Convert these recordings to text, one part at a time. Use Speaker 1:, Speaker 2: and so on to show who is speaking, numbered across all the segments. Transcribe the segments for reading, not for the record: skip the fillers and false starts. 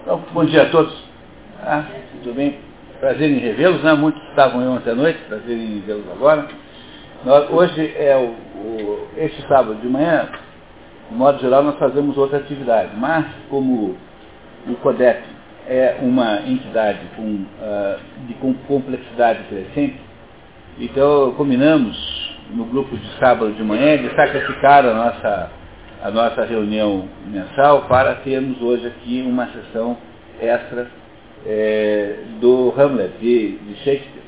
Speaker 1: Então, bom dia a todos. Tudo bem? Prazer em revê-los, né? Muitos estavam aí ontem à noite, prazer em vê-los agora. Hoje é este sábado de manhã, de modo geral, nós fazemos outra atividade, mas como o CODEP é uma entidade com complexidade crescente, então combinamos no grupo de sábado de manhã de sacrificar a nossa reunião mensal para termos hoje aqui uma sessão extra do Hamlet, de Shakespeare.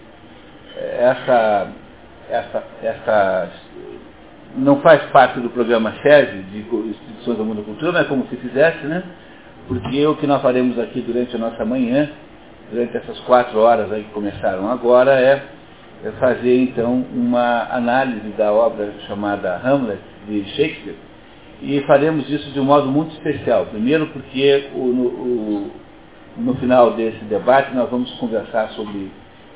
Speaker 1: Essa não faz parte do programa SESI, de Instituições do Mundo da Cultura, mas como se fizesse, né? Porque o que nós faremos aqui durante a nossa manhã, durante essas 4 horas aí que começaram agora, é fazer então uma análise da obra chamada Hamlet, de Shakespeare, e faremos isso de um modo muito especial. Primeiro porque no final desse debate nós vamos conversar sobre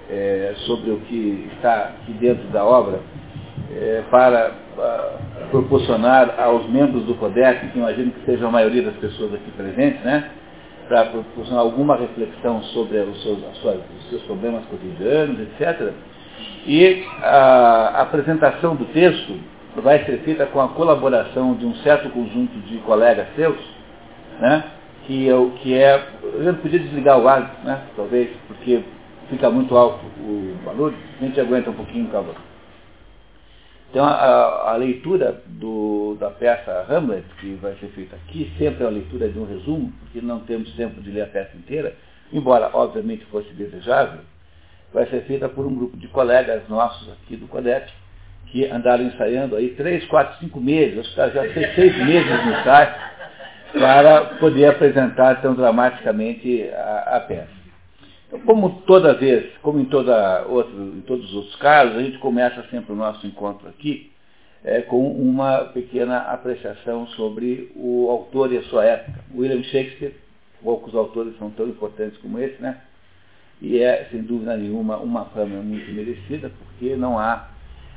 Speaker 1: o que está aqui dentro da obra, para proporcionar aos membros do CODEP, que imagino que seja a maioria das pessoas aqui presentes, né, para proporcionar alguma reflexão sobre os seus problemas cotidianos, etc. E a apresentação do texto vai ser feita com a colaboração de um certo conjunto de colegas seus, né, eu não podia desligar o ar, né, talvez, porque fica muito alto o barulho, a gente aguenta um pouquinho o calor. Então, a leitura da peça Hamlet, que vai ser feita aqui, sempre é a leitura de um resumo, porque não temos tempo de ler a peça inteira, embora, obviamente, fosse desejável, vai ser feita por um grupo de colegas nossos aqui do CODEP, que andaram ensaiando aí 3, 4, 5 meses, acho que já fez 6 meses no ensaio, para poder apresentar tão dramaticamente a peça. Então, como em todos os outros casos, a gente começa sempre o nosso encontro aqui com uma pequena apreciação sobre o autor e a sua época. William Shakespeare, poucos autores são tão importantes como esse, né? E é, sem dúvida nenhuma, uma fama muito merecida, porque não há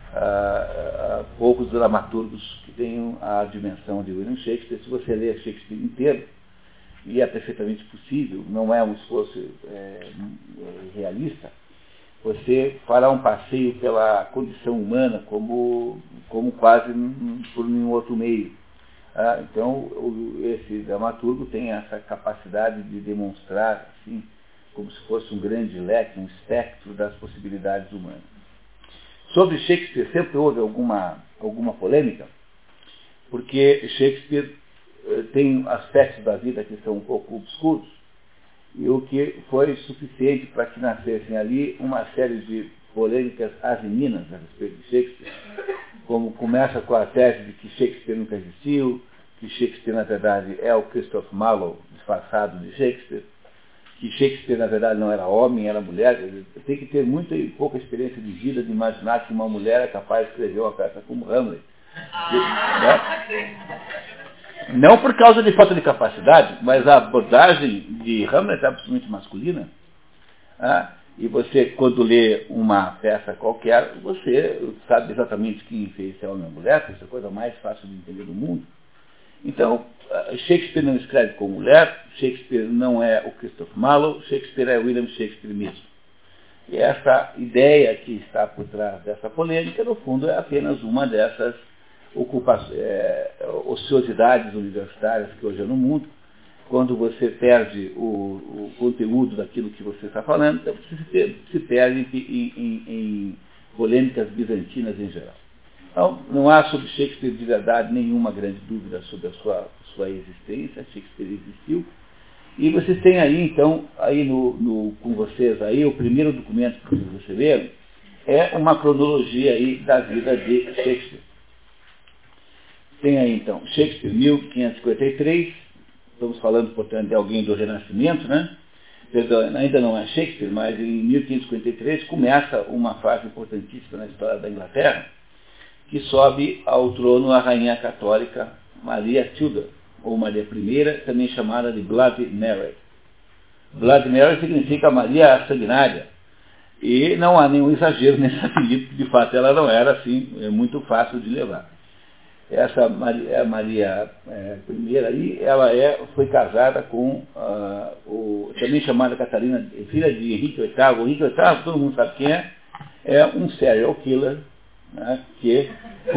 Speaker 1: poucos dramaturgos que tenham a dimensão de William Shakespeare. Se você ler Shakespeare inteiro, e é perfeitamente possível, não é um esforço realista, você fará um passeio pela condição humana como quase por nenhum outro meio. Então, esse dramaturgo tem essa capacidade de demonstrar, assim, como se fosse um grande leque, um espectro das possibilidades humanas. Sobre Shakespeare sempre houve alguma polêmica, porque Shakespeare tem aspectos da vida que são um pouco obscuros, e o que foi suficiente para que nascessem ali uma série de polêmicas asininas a respeito de Shakespeare, como começa com a tese de que Shakespeare nunca existiu, que Shakespeare, na verdade, é o Christopher Marlowe disfarçado de Shakespeare, que Shakespeare, na verdade, não era homem, era mulher. Tem que ter muita e pouca experiência de vida de imaginar que uma mulher é capaz de escrever uma peça como Hamlet. Não por causa de falta de capacidade, mas a abordagem de Hamlet é absolutamente masculina. E você, quando lê uma peça qualquer, você sabe exatamente quem fez, se é homem ou mulher, que essa é a coisa mais fácil de entender do mundo. Então, Shakespeare não escreve como mulher, Shakespeare não é o Christopher Marlowe, Shakespeare é William Shakespeare mesmo. E essa ideia que está por trás dessa polêmica, no fundo, é apenas uma dessas ociosidades universitárias que hoje é no mundo. Quando você perde o conteúdo daquilo que você está falando, então você se perde em polêmicas bizantinas em geral. Então, não há sobre Shakespeare de verdade nenhuma grande dúvida sobre a sua existência. Shakespeare existiu. E vocês têm aí, então, aí com vocês aí, o primeiro documento que vocês receberam é uma cronologia aí da vida de Shakespeare. Tem aí, então, Shakespeare, 1553, estamos falando, portanto, de alguém do Renascimento, né? Perdão, ainda não é Shakespeare, mas em 1553 começa uma fase importantíssima na história da Inglaterra, que sobe ao trono a rainha católica Maria Tudor, ou Maria I, também chamada de Bloody Mary. Bloody Mary significa Maria Sanguinária. E não há nenhum exagero nesse apelido, de fato ela não era assim, muito fácil de levar. essa Maria I, aí, ela foi casada com também chamada Catarina, filha de Henrique VIII. O Henrique VIII, todo mundo sabe quem é um serial killer, né, que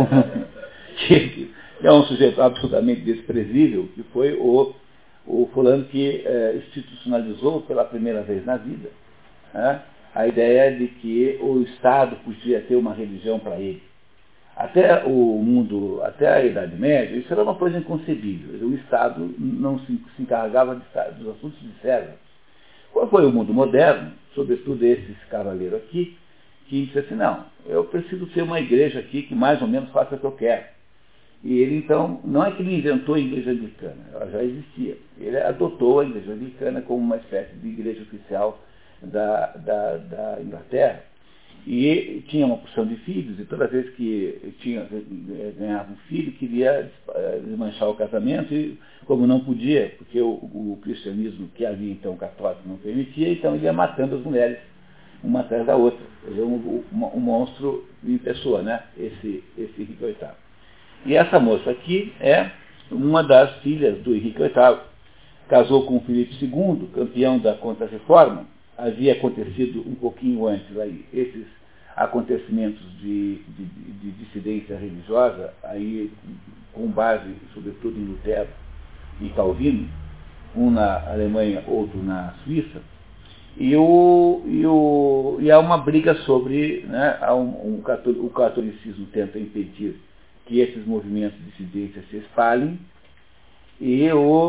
Speaker 1: é um sujeito absolutamente desprezível, que foi o fulano que institucionalizou pela primeira vez na vida, né, a ideia de que o Estado podia ter uma religião para ele. Até o mundo, até a Idade Média, isso era uma coisa inconcebível. O Estado não se encarregava dos assuntos de César. Qual foi o mundo moderno, sobretudo esse cavaleiro aqui, que disse assim, não, eu preciso ter uma igreja aqui que mais ou menos faça o que eu quero. E ele, então, não é que ele inventou a igreja anglicana, ela já existia. Ele adotou a igreja anglicana como uma espécie de igreja oficial da Inglaterra. E tinha uma porção de filhos, e toda vez que ganhava um filho, queria desmanchar o casamento, e como não podia, porque o cristianismo que havia então católico não permitia, então ele ia matando as mulheres, uma atrás da outra. Ele é um monstro em pessoa, né? Esse Henrique VIII. E essa moça aqui é uma das filhas do Henrique VIII. Casou com Filipe II, campeão da Contra-Reforma. Havia acontecido um pouquinho antes aí esses acontecimentos de dissidência religiosa, aí com base sobretudo em Lutero e Calvino, um na Alemanha, outro na Suíça, e há uma briga sobre, né, o catolicismo tenta impedir que esses movimentos de dissidência se espalhem, e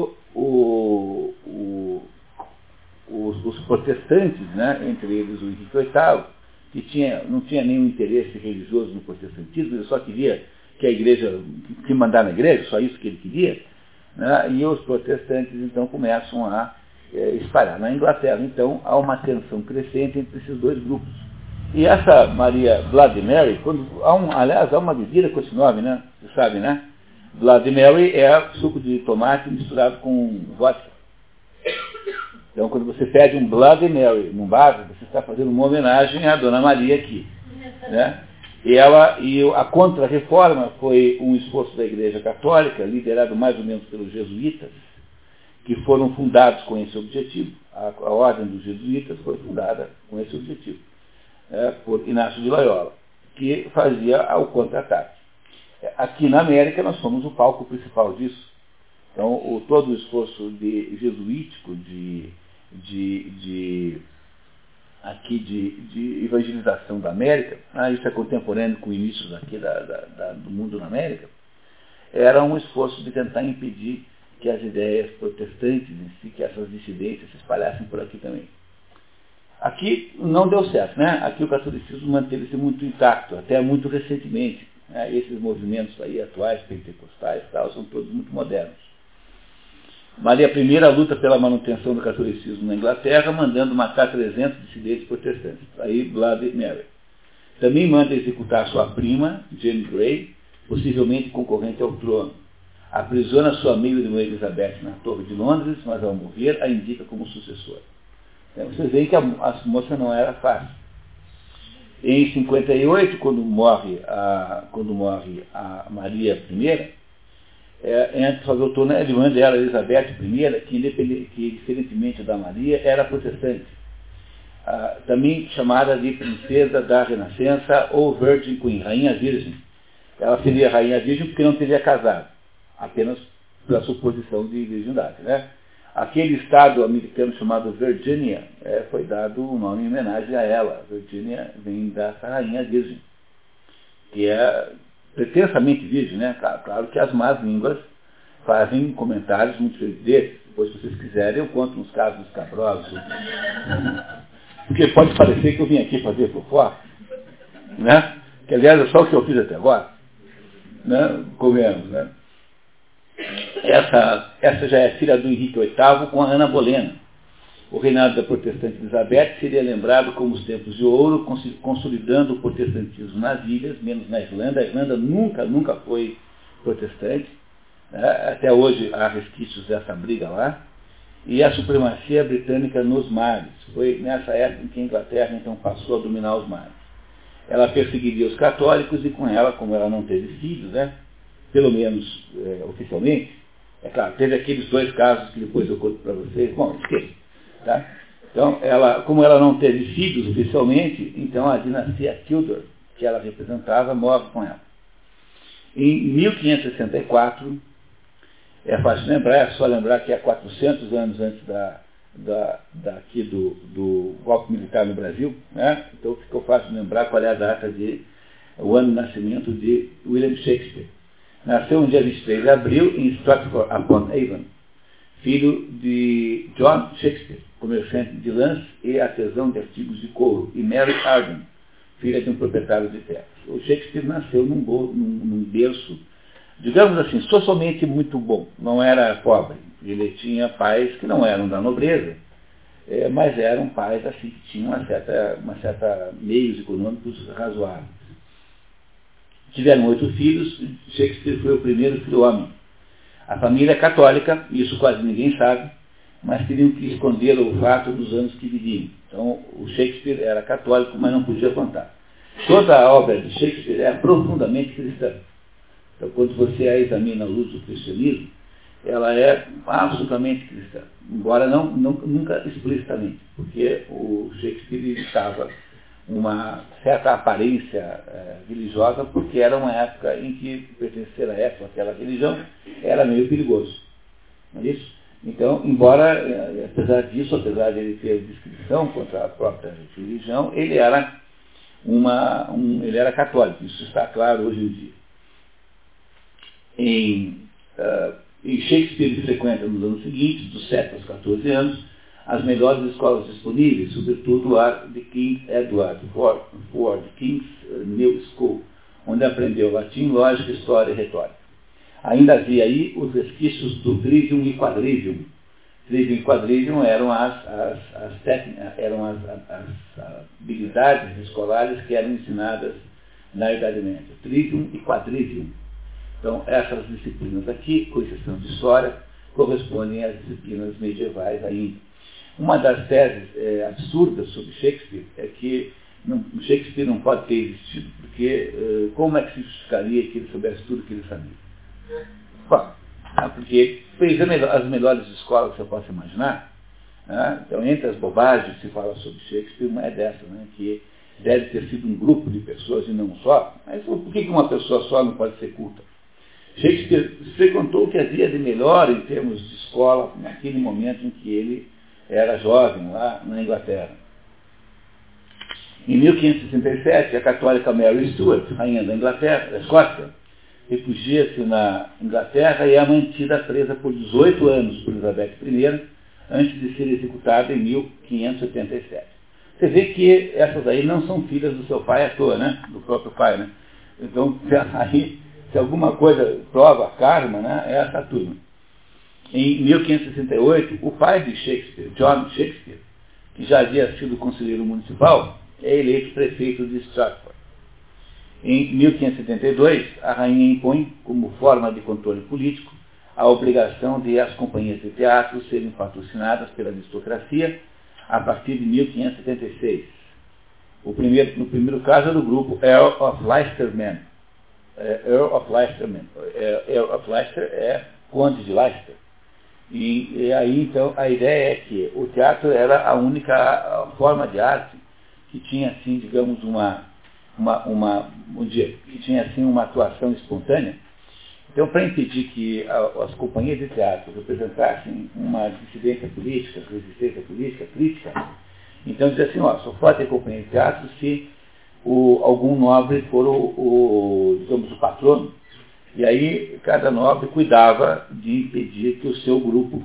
Speaker 1: os protestantes, né, entre eles o Henrique VIII, que não tinha nenhum interesse religioso no protestantismo, ele só queria que a igreja, que mandar na igreja, só isso que ele queria, né, e os protestantes então começam a espalhar. Na Inglaterra, então, há uma tensão crescente entre esses dois grupos. E essa Maria Bloody Mary, aliás, há uma bebida com esse nome, né, você sabe, né? Bloody Mary é suco de tomate misturado com vodka. Então, quando você pede um Bloody Mary num bar, você está fazendo uma homenagem à Dona Maria aqui, né? E a Contra-Reforma foi um esforço da Igreja Católica, liderado mais ou menos pelos jesuítas, que foram fundados com esse objetivo. A Ordem dos Jesuítas foi fundada com esse objetivo, por Inácio de Loyola, que fazia o contra-ataque. Aqui na América nós somos o palco principal disso. Então, todo o esforço jesuítico de evangelização da América, isso é contemporâneo com inícios aqui do mundo na América, era um esforço de tentar impedir que as ideias protestantes em si, que essas dissidências se espalhassem por aqui também. Aqui não deu certo, né? Aqui o catolicismo manteve-se muito intacto, até muito recentemente. Né? Esses movimentos aí atuais, pentecostais e tal, são todos muito modernos. Maria I luta pela manutenção do catolicismo na Inglaterra, mandando matar 300 dissidentes protestantes. Aí, Bloody Mary. Também manda executar sua prima, Jane Grey, possivelmente concorrente ao trono. Aprisiona sua meio-irmã Elizabeth na Torre de Londres, mas ao morrer a indica como sucessora. Então, vocês veem que a moça não era fácil. Em 58, quando morre a Maria I, entra sua doutora, a irmã dela, Elizabeth I, que diferentemente da Maria, era protestante. Também chamada de princesa da Renascença ou Virgin Queen, Rainha Virgem. Ela seria Rainha Virgem porque não teria casado, apenas pela suposição de virgindade, né? Aquele estado americano chamado Virgínia foi dado o nome em homenagem a ela. Virgínia vem dessa Rainha Virgem, que é pretensamente virgem, né? Claro que as más línguas fazem comentários muito felizes. Depois, se vocês quiserem, eu conto uns casos escabrosos. Porque pode parecer que eu vim aqui fazer fofoca, né? Que, aliás, é só o que eu fiz até agora. Né? Comemos, né? Essa já é filha do Henrique VIII com a Ana Bolena. O reinado da protestante Elizabeth seria lembrado como os tempos de ouro, consolidando o protestantismo nas ilhas, menos na Irlanda. A Irlanda nunca foi protestante. Né? Até hoje há resquícios dessa briga lá. E a supremacia britânica nos mares. Foi nessa época em que a Inglaterra então passou a dominar os mares. Ela perseguiria os católicos e com ela, como ela não teve filhos, né? pelo menos oficialmente. É claro, teve aqueles 2 casos que depois eu conto para vocês. Bom, esqueça. Tá? Então, como ela não teve filhos oficialmente, então a dinastia Tudor, que ela representava, morre com ela. Em 1564, é fácil lembrar, é só lembrar que é 400 anos antes aqui do golpe militar no Brasil, né? Então ficou fácil lembrar qual é a data o ano de nascimento de William Shakespeare. Nasceu no dia 23 de abril em Stratford-upon-Avon, filho de John Shakespeare, comerciante de lãs e artesão de artigos de couro, e Mary Arden, filha de um proprietário de terras. O Shakespeare nasceu num berço, digamos assim, socialmente muito bom. Não era pobre. Ele tinha pais que não eram da nobreza, mas eram pais assim, que tinham uma certa meios econômicos razoáveis. Tiveram 8 filhos, Shakespeare foi o primeiro filho homem. A família é católica, isso quase ninguém sabe, mas teriam que esconder o fato dos anos que viviam. Então, o Shakespeare era católico, mas não podia contar. Toda a obra de Shakespeare é profundamente cristã. Então, quando você a examina à luz do cristianismo, ela é absolutamente cristã, embora nunca explicitamente, porque o Shakespeare estava uma certa aparência religiosa, porque era uma época em que pertencer a aquela religião era meio perigoso. Não é isso? Então, embora, apesar disso, apesar de ele ter descrição contra a própria religião, ele era católico, isso está claro hoje em dia. Em Shakespeare frequenta nos anos seguintes, dos 7 aos 14 anos, as melhores escolas disponíveis, sobretudo a de King Edward Ford King's New School, onde aprendeu latim, lógica, história e retórica. Ainda havia aí os resquícios do Trivium e Quadrivium. Trivium e Quadrivium eram as habilidades escolares que eram ensinadas na Idade Média. Trivium e Quadrivium. Então, essas disciplinas aqui, com exceção de história, correspondem às disciplinas medievais ainda. Uma das teses absurdas sobre Shakespeare é que Shakespeare não pode ter existido, porque como é que se justificaria que ele soubesse tudo que ele sabia? Bom, porque ele fez as melhores escolas que você possa imaginar. Né? Então, entre as bobagens que se fala sobre Shakespeare, uma é dessa, né? Que deve ter sido um grupo de pessoas e não só. Mas por que uma pessoa só não pode ser culta? Shakespeare frequentou o que havia de melhor em termos de escola naquele momento em que ele era jovem, lá na Inglaterra. Em 1567, a católica Mary Stuart, rainha da Escócia, refugia-se na Inglaterra e é mantida presa por 18 anos por Elizabeth I, antes de ser executada em 1587. Você vê que essas aí não são filhas do seu pai à toa, né? Do próprio pai, né? Então, aí, se alguma coisa prova karma, né? É essa turma. Em 1568, o pai de Shakespeare, John Shakespeare, que já havia sido conselheiro municipal, é eleito prefeito de Stratford. Em 1572, a rainha impõe, como forma de controle político, a obrigação de as companhias de teatro serem patrocinadas pela aristocracia a partir de 1576. No primeiro caso era o grupo Earl of Leicestermen. Earl of Leicester é conde de Leicester. E aí, então, a ideia é que o teatro era a única forma de arte que tinha, assim, digamos, que tinha, assim, uma atuação espontânea. Então, para impedir que as companhias de teatro representassem uma dissidência política, resistência política, crítica, então diz assim, só pode ter companhia de teatro se algum nobre for digamos, o patrono. E aí cada nobre cuidava de impedir que o seu grupo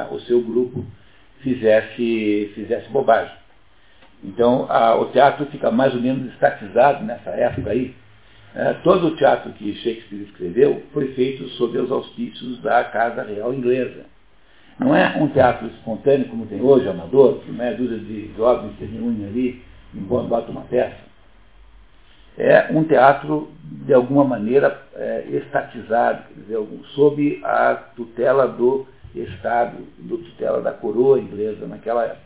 Speaker 1: fizesse bobagem. Então o teatro fica mais ou menos estatizado nessa época aí. Todo o teatro que Shakespeare escreveu foi feito sob os auspícios da Casa Real Inglesa. Não é um teatro espontâneo como tem hoje, amador, que meia dúzia de jovens se reúnem ali e botam uma peça. É um teatro, de alguma maneira, estatizado, quer dizer, sob a tutela do Estado, tutela da coroa inglesa naquela época.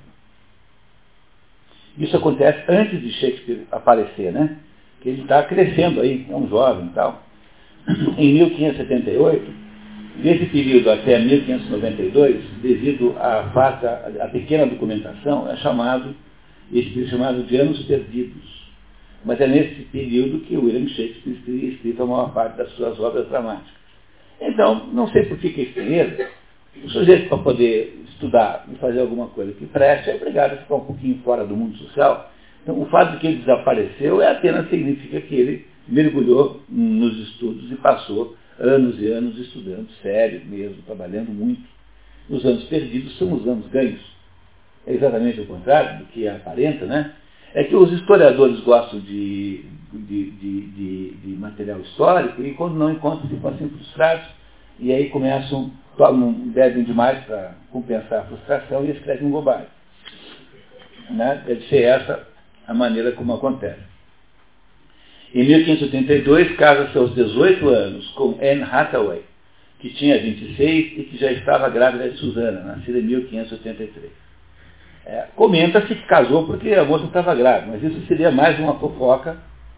Speaker 1: Isso acontece antes de Shakespeare aparecer, né? Que ele está crescendo aí, é um jovem e tal. em 1578, nesse período até 1592, devido à pequena documentação, esse período chamado de Anos Perdidos. Mas é nesse período que William Shakespeare teria escrito a maior parte das suas obras dramáticas. Então, não sei por que estranheza, o sujeito, para poder estudar e fazer alguma coisa que preste, é obrigado a ficar um pouquinho fora do mundo social. Então, o fato de que ele desapareceu apenas significa que ele mergulhou nos estudos e passou anos e anos estudando, sério mesmo, trabalhando muito. Os anos perdidos são os anos ganhos. É exatamente o contrário do que aparenta, né? É que os historiadores gostam de material histórico e quando não encontram ficam assim frustrados e aí bebem demais para compensar a frustração e escrevem bobagem. Né? Deve ser essa a maneira como acontece. Em 1582, casa-se aos 18 anos com Anne Hathaway, que tinha 26 e que já estava grávida de Susana, nascida em 1583. Comenta-se que casou porque a moça estava grávida, mas isso seria mais uma fofoca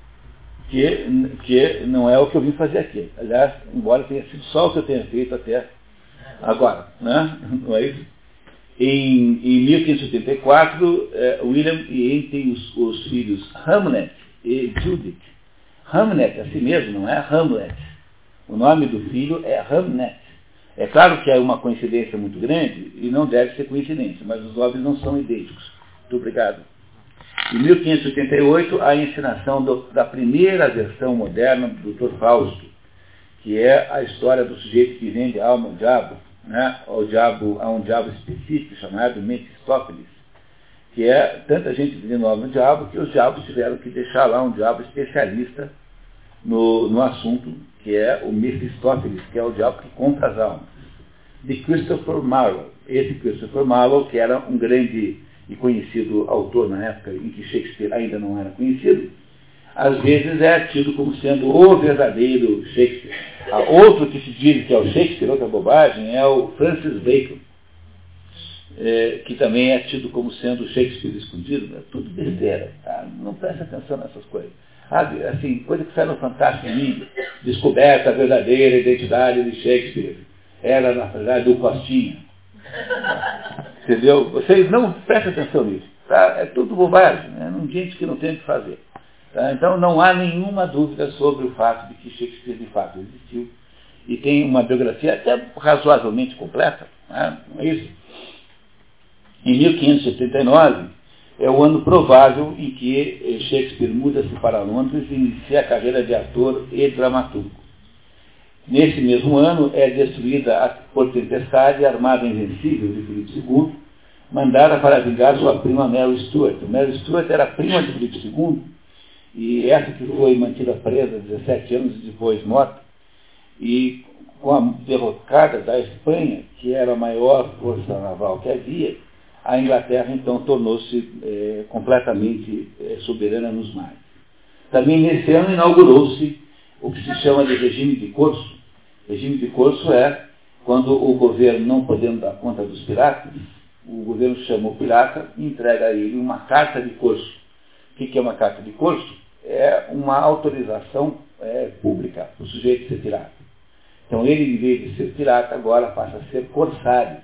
Speaker 1: que não é o que eu vim fazer aqui. Aliás, embora tenha sido só o que eu tenha feito até agora. Né? Não é isso? Em 1584, William e Anne têm os filhos Hamlet e Judith. Hamlet, assim mesmo, não é Hamlet. O nome do filho é Hamlet. É claro que é uma coincidência muito grande e não deve ser coincidência, mas os nomes não são idênticos. Muito obrigado. Em 1588, a encenação da primeira versão moderna do Dr. Fausto, que é a história do sujeito que vende a alma ao diabo, né? A um diabo específico chamado Mefistófeles, que é tanta gente vendendo alma ao diabo que os diabos tiveram que deixar lá um diabo especialista no assunto, que é o Mefistófeles, que é o diabo que compra as almas, de Christopher Marlowe. Esse Christopher Marlowe, que era um grande e conhecido autor na época em que Shakespeare ainda não era conhecido, às vezes é tido como sendo o verdadeiro Shakespeare. Outro que se diz que é o Shakespeare, outra bobagem, é o Francis Bacon, que também é tido como sendo Shakespeare escondido. É tudo besteira, tá? Não presta atenção nessas coisas. Assim, coisa que sai no Fantástico Mundo, descoberta a verdadeira identidade de Shakespeare. Era, na verdade, o Costinha. Entendeu? Vocês não prestem atenção nisso. Tá? É tudo bobagem, né? Gente que não tem o que fazer. Tá? Então não há nenhuma dúvida sobre o fato de que Shakespeare de fato existiu e tem uma biografia até razoavelmente completa. Né? Não é isso? Em 1579 é o ano provável em que Shakespeare muda-se para Londres e inicia a carreira de ator e dramaturgo. Nesse mesmo ano é destruída por tempestade a armada invencível de Filipe II, mandada para vingar sua prima Mary Stuart. Mary Stuart era prima de Filipe II, e essa que foi mantida presa 17 anos depois morta, e com a derrocada da Espanha, que era a maior força naval que havia, a Inglaterra então tornou-se completamente soberana nos mares. Também nesse ano inaugurou-se o que se chama de regime de corso. Regime de corso é quando o governo, não podendo dar conta dos piratas, o governo chama o pirata e entrega a ele uma carta de corso. O que é uma carta de corso? É uma autorização pública para o sujeito ser pirata. Então ele, em vez de ser pirata, agora passa a ser corsário.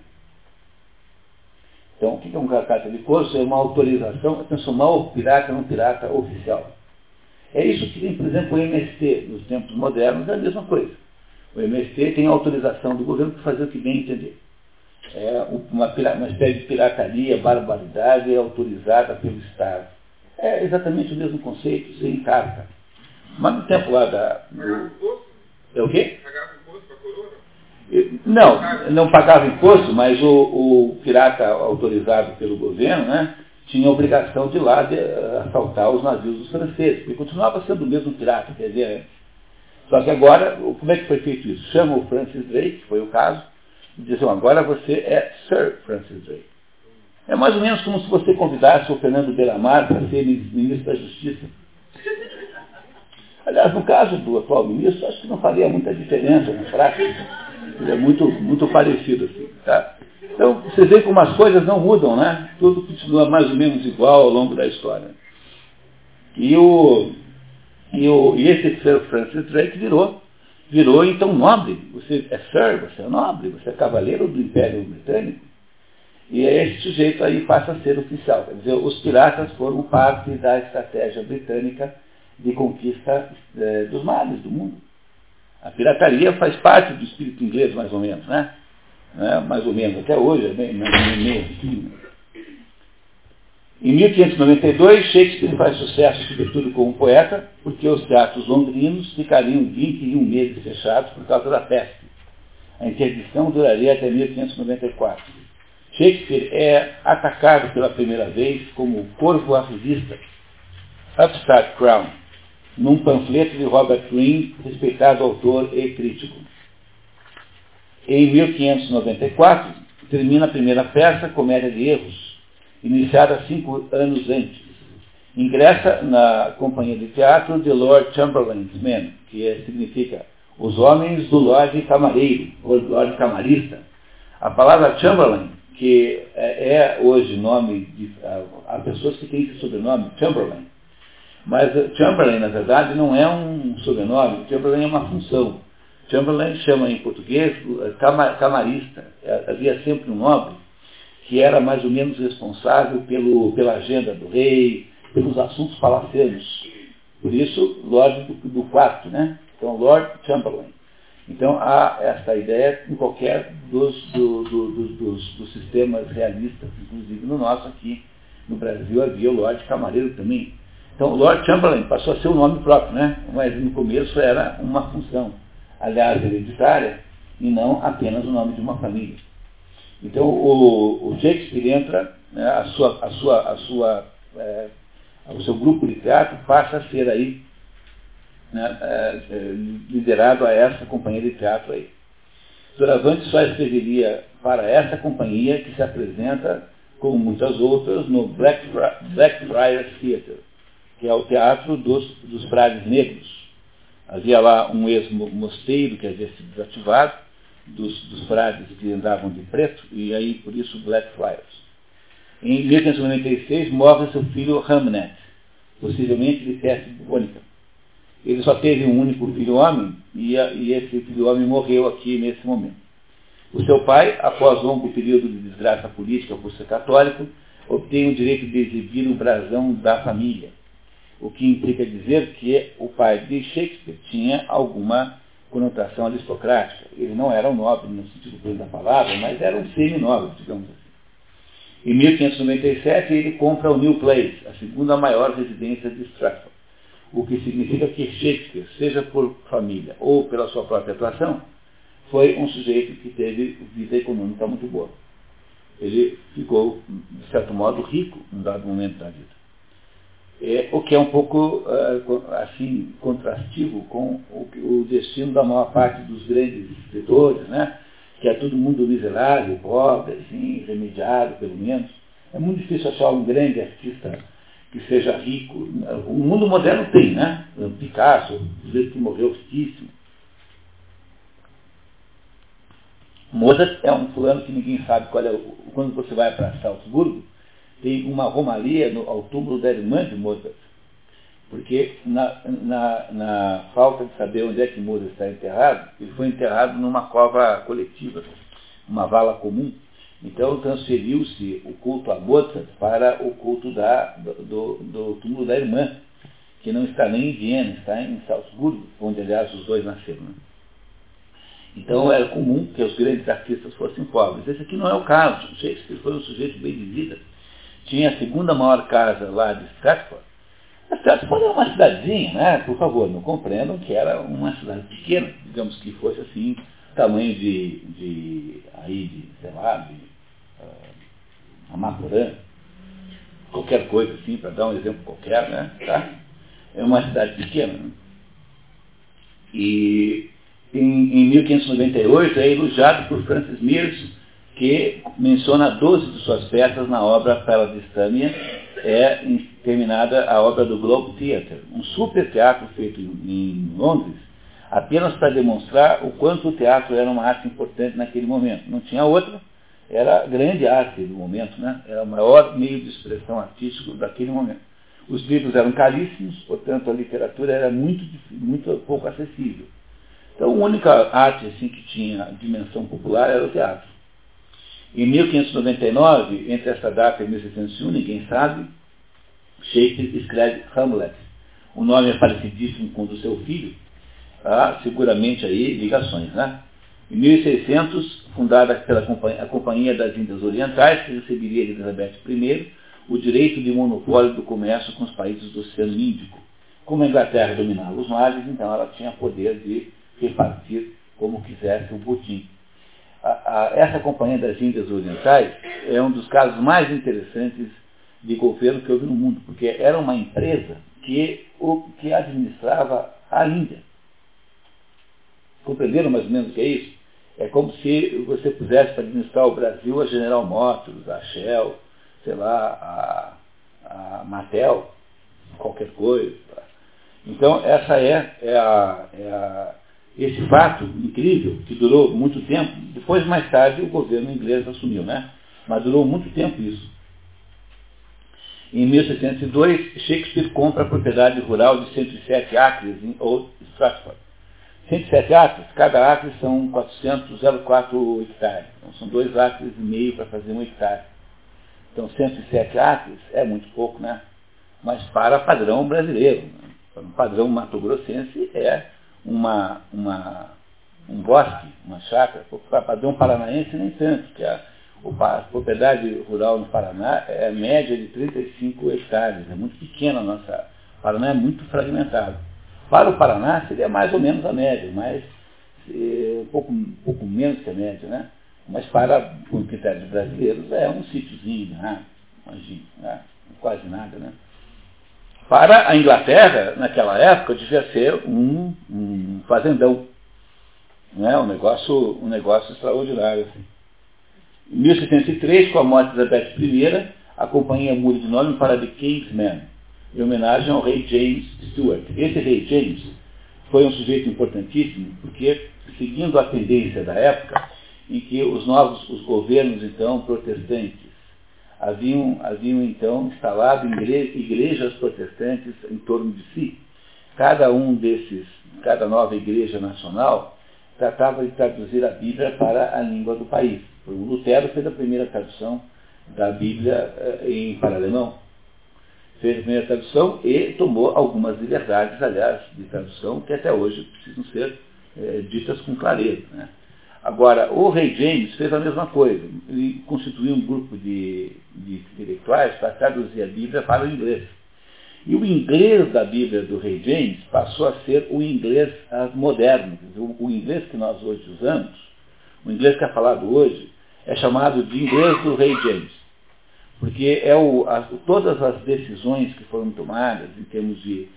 Speaker 1: Então o que é uma carta de corso? É uma autorização para transformar o pirata num pirata oficial. É isso que tem, por exemplo, o MST. Nos tempos modernos é a mesma coisa. O MST tem autorização do governo para fazer o que bem entender. É uma espécie de pirataria, barbaridade autorizada pelo Estado. É exatamente o mesmo conceito, sem carta. Mas no tempo lá É o quê?
Speaker 2: Pagava imposto para a coroa?
Speaker 1: Não pagava imposto, mas o pirata autorizado pelo governo, né, tinha a obrigação de ir lá assaltar os navios dos franceses, porque continuava sendo o mesmo pirata, quer dizer, só que agora, como é que foi feito isso? Chama o Francis Drake, que foi o caso, e diz, agora você é Sir Francis Drake. É mais ou menos como se você convidasse o Fernando Beiramar para ser ministro da Justiça. Aliás, no caso do atual ministro, acho que não faria muita diferença na prática. Ele é muito parecido assim, tá? Então, vocês veem como as coisas não mudam, né? Tudo continua mais ou menos igual ao longo da história. E esse Sir Francis Drake virou virou então nobre. Você é Sir, você é nobre, você é cavaleiro do Império Britânico. E esse sujeito aí passa a ser oficial. Quer dizer, os piratas foram parte da estratégia britânica de conquista dos mares do mundo. A pirataria faz parte do espírito inglês, mais ou menos, né? Mais ou menos, até hoje, é meio assim. Em 1592, Shakespeare faz sucesso, sobretudo como poeta, porque os teatros londrinos ficariam 21 meses fechados por causa da peste. A interdição duraria até 1594. Shakespeare é atacado pela primeira vez como corvo arrivista, Upstart Crown, num panfleto de Robert Greene, respeitado autor e crítico. Em 1594, termina a primeira peça, Comédia de Erros, iniciada 5 anos antes. Ingressa na companhia de teatro de Lord Chamberlain's Men, que significa os homens do Lorde Camareiro, ou Lorde Camarista. A palavra Chamberlain, que é hoje nome de... Há pessoas que têm esse sobrenome, Chamberlain. Mas Chamberlain, na verdade, não é um sobrenome, Chamberlain é uma função. Chamberlain chama em português camarista. Havia sempre um nobre que era mais ou menos responsável pela agenda do rei, pelos assuntos palacianos. Por isso, Lorde do quarto, né? Então, Lord Chamberlain. Então, há esta ideia em qualquer dos sistemas realistas, inclusive no nosso aqui, no Brasil, havia o Lorde Camareiro também. Então, Lord Chamberlain passou a ser um nome próprio, né? Mas no começo era uma função, aliás, hereditária, e não apenas o nome de uma família. Então, o Shakespeare entra, né, o seu grupo de teatro passa a ser aí, né, liderado a essa companhia de teatro aí. Doravante só escreveria para essa companhia que se apresenta, como muitas outras, no Blackfriars Theatre, que é o teatro dos frades negros. Havia lá um ex-mosteiro que havia sido desativado, dos frades que andavam de preto, e aí por isso Blackfriars. Em 1596 morre seu filho Hamnet, possivelmente de peste bubônica. Ele só teve um único filho homem, e esse filho homem morreu aqui nesse momento. O seu pai, após longo período de desgraça política por ser católico, obtém o direito de exibir o brasão da família, o que implica dizer que o pai de Shakespeare tinha alguma conotação aristocrática. Ele não era um nobre no sentido pleno da palavra, mas era um semi-nobre, digamos assim. Em 1597, ele compra o New Place, a segunda maior residência de Stratford, o que significa que Shakespeare, seja por família ou pela sua própria atuação, foi um sujeito que teve vida econômica muito boa. Ele ficou, de certo modo, rico em dado momento da vida. O que é um pouco, assim, contrastivo com o destino da maior parte dos grandes escritores, né? Que é todo mundo miserável, pobre, assim, remediado, pelo menos. É muito difícil achar um grande artista que seja rico. O mundo moderno tem, né? Picasso, o sujeito que morreu riquíssimo. Mozart é um fulano que ninguém sabe qual é. Quando você vai para Salzburgo, tem uma romaria ao túmulo da irmã de Mozart. Porque na falta de saber onde é que Mozart está enterrado, ele foi enterrado numa cova coletiva, uma vala comum. Então transferiu-se o culto a Mozart para o culto do túmulo da irmã, que não está nem em Viena, está em Salzburgo, onde aliás os dois nasceram. Né? Então era comum que os grandes artistas fossem pobres. Esse aqui não é o caso. Shakespeare foi um sujeito bem de vida. Tinha a segunda maior casa lá de Stratford. Stratford é uma cidadezinha, né? Por favor, não compreendam que era uma cidade pequena, digamos que fosse assim, tamanho de sei lá, Amaporã, qualquer coisa assim, para dar um exemplo qualquer, né? Tá? É uma cidade pequena. Né? E em 1598 é elogiado por Francis Mears, que menciona 12 de suas peças na obra Peladistânia, terminada a obra do Globe Theatre, um super teatro feito em Londres, apenas para demonstrar o quanto o teatro era uma arte importante naquele momento. Não tinha outra, era a grande arte do momento, né? Era o maior meio de expressão artístico daquele momento. Os livros eram caríssimos, portanto a literatura era muito pouco acessível. Então, a única arte assim, que tinha dimensão popular era o teatro. Em 1599, entre essa data e 1601, ninguém sabe, Shakespeare escreve Hamlet. O nome é parecidíssimo com o do seu filho. Há seguramente aí ligações, né? Em 1600, fundada pela a Companhia das Índias Orientais, que receberia de Elizabeth I o direito de monopólio do comércio com os países do Oceano Índico. Como a Inglaterra dominava os mares, então ela tinha poder de repartir como quisesse o botim. Essa Companhia das Índias Orientais é um dos casos mais interessantes de governo que houve no mundo, porque era uma empresa que administrava a Índia. Compreenderam mais ou menos o que é isso? É como se você pusesse administrar o Brasil a General Motors, a Shell, sei lá, a Mattel, qualquer coisa. Então, essa esse fato incrível, que durou muito tempo, depois, mais tarde, o governo inglês assumiu, né? Mas durou muito tempo isso. Em 1602, Shakespeare compra a propriedade rural de 107 acres em Old Stratford. 107 acres, cada acre são 404 hectares. Então, são 2,5 acres para fazer 1 hectare. Então, 107 acres é muito pouco, né? Mas para padrão brasileiro, né? Para um padrão mato-grossense é um bosque, uma chácara. Para padrão paranaense nem tanto, porque a propriedade rural no Paraná é média de 35 hectares. É muito pequena a nossa. O Paraná é muito fragmentado. Para o Paraná seria mais ou menos a média, mas um pouco menos que a média, né? Mas para os critérios brasileiros é um sítiozinho, né? Imagina, né? Quase nada, né? Para a Inglaterra, naquela época, devia ser um fazendão, né? Um negócio extraordinário. Assim. Em 1703, com a morte de Elizabeth I, a companhia muda de nome para The King's Men, em homenagem ao rei James Stuart. Esse rei James foi um sujeito importantíssimo, porque, seguindo a tendência da época, em que os governos, então, protestantes, haviam então, instalado igrejas protestantes em torno de si. Cada nova igreja nacional, tratava de traduzir a Bíblia para a língua do país. O Lutero fez a primeira tradução da Bíblia para alemão. Fez a primeira tradução e tomou algumas liberdades, aliás, de tradução, que até hoje precisam ser ditas com clareza. Né? Agora, o rei James fez a mesma coisa. Ele constituiu um grupo de intelectuais para traduzir a Bíblia para o inglês. E o inglês da Bíblia do rei James passou a ser o inglês moderno. O inglês que nós hoje usamos, o inglês que é falado hoje, é chamado de inglês do rei James. Porque todas as decisões que foram tomadas em termos de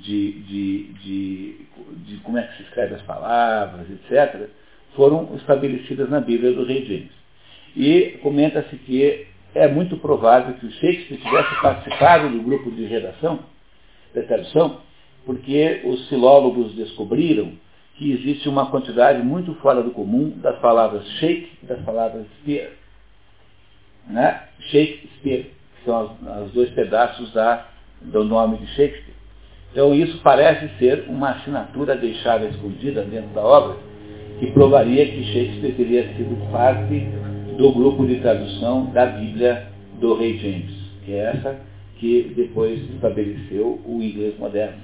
Speaker 1: como é que se escreve as palavras, etc., foram estabelecidas na Bíblia do rei James. E comenta-se que é muito provável que o Shakespeare tivesse participado do grupo de redação, da tradução, porque os filólogos descobriram que existe uma quantidade muito fora do comum das palavras shake e das palavras spear. Né? Shakespeare, que são os dois pedaços do nome de Shakespeare. Então isso parece ser uma assinatura deixada escondida dentro da obra, que provaria que Shakespeare teria sido parte do grupo de tradução da Bíblia do rei James, que é essa que depois estabeleceu o inglês moderno.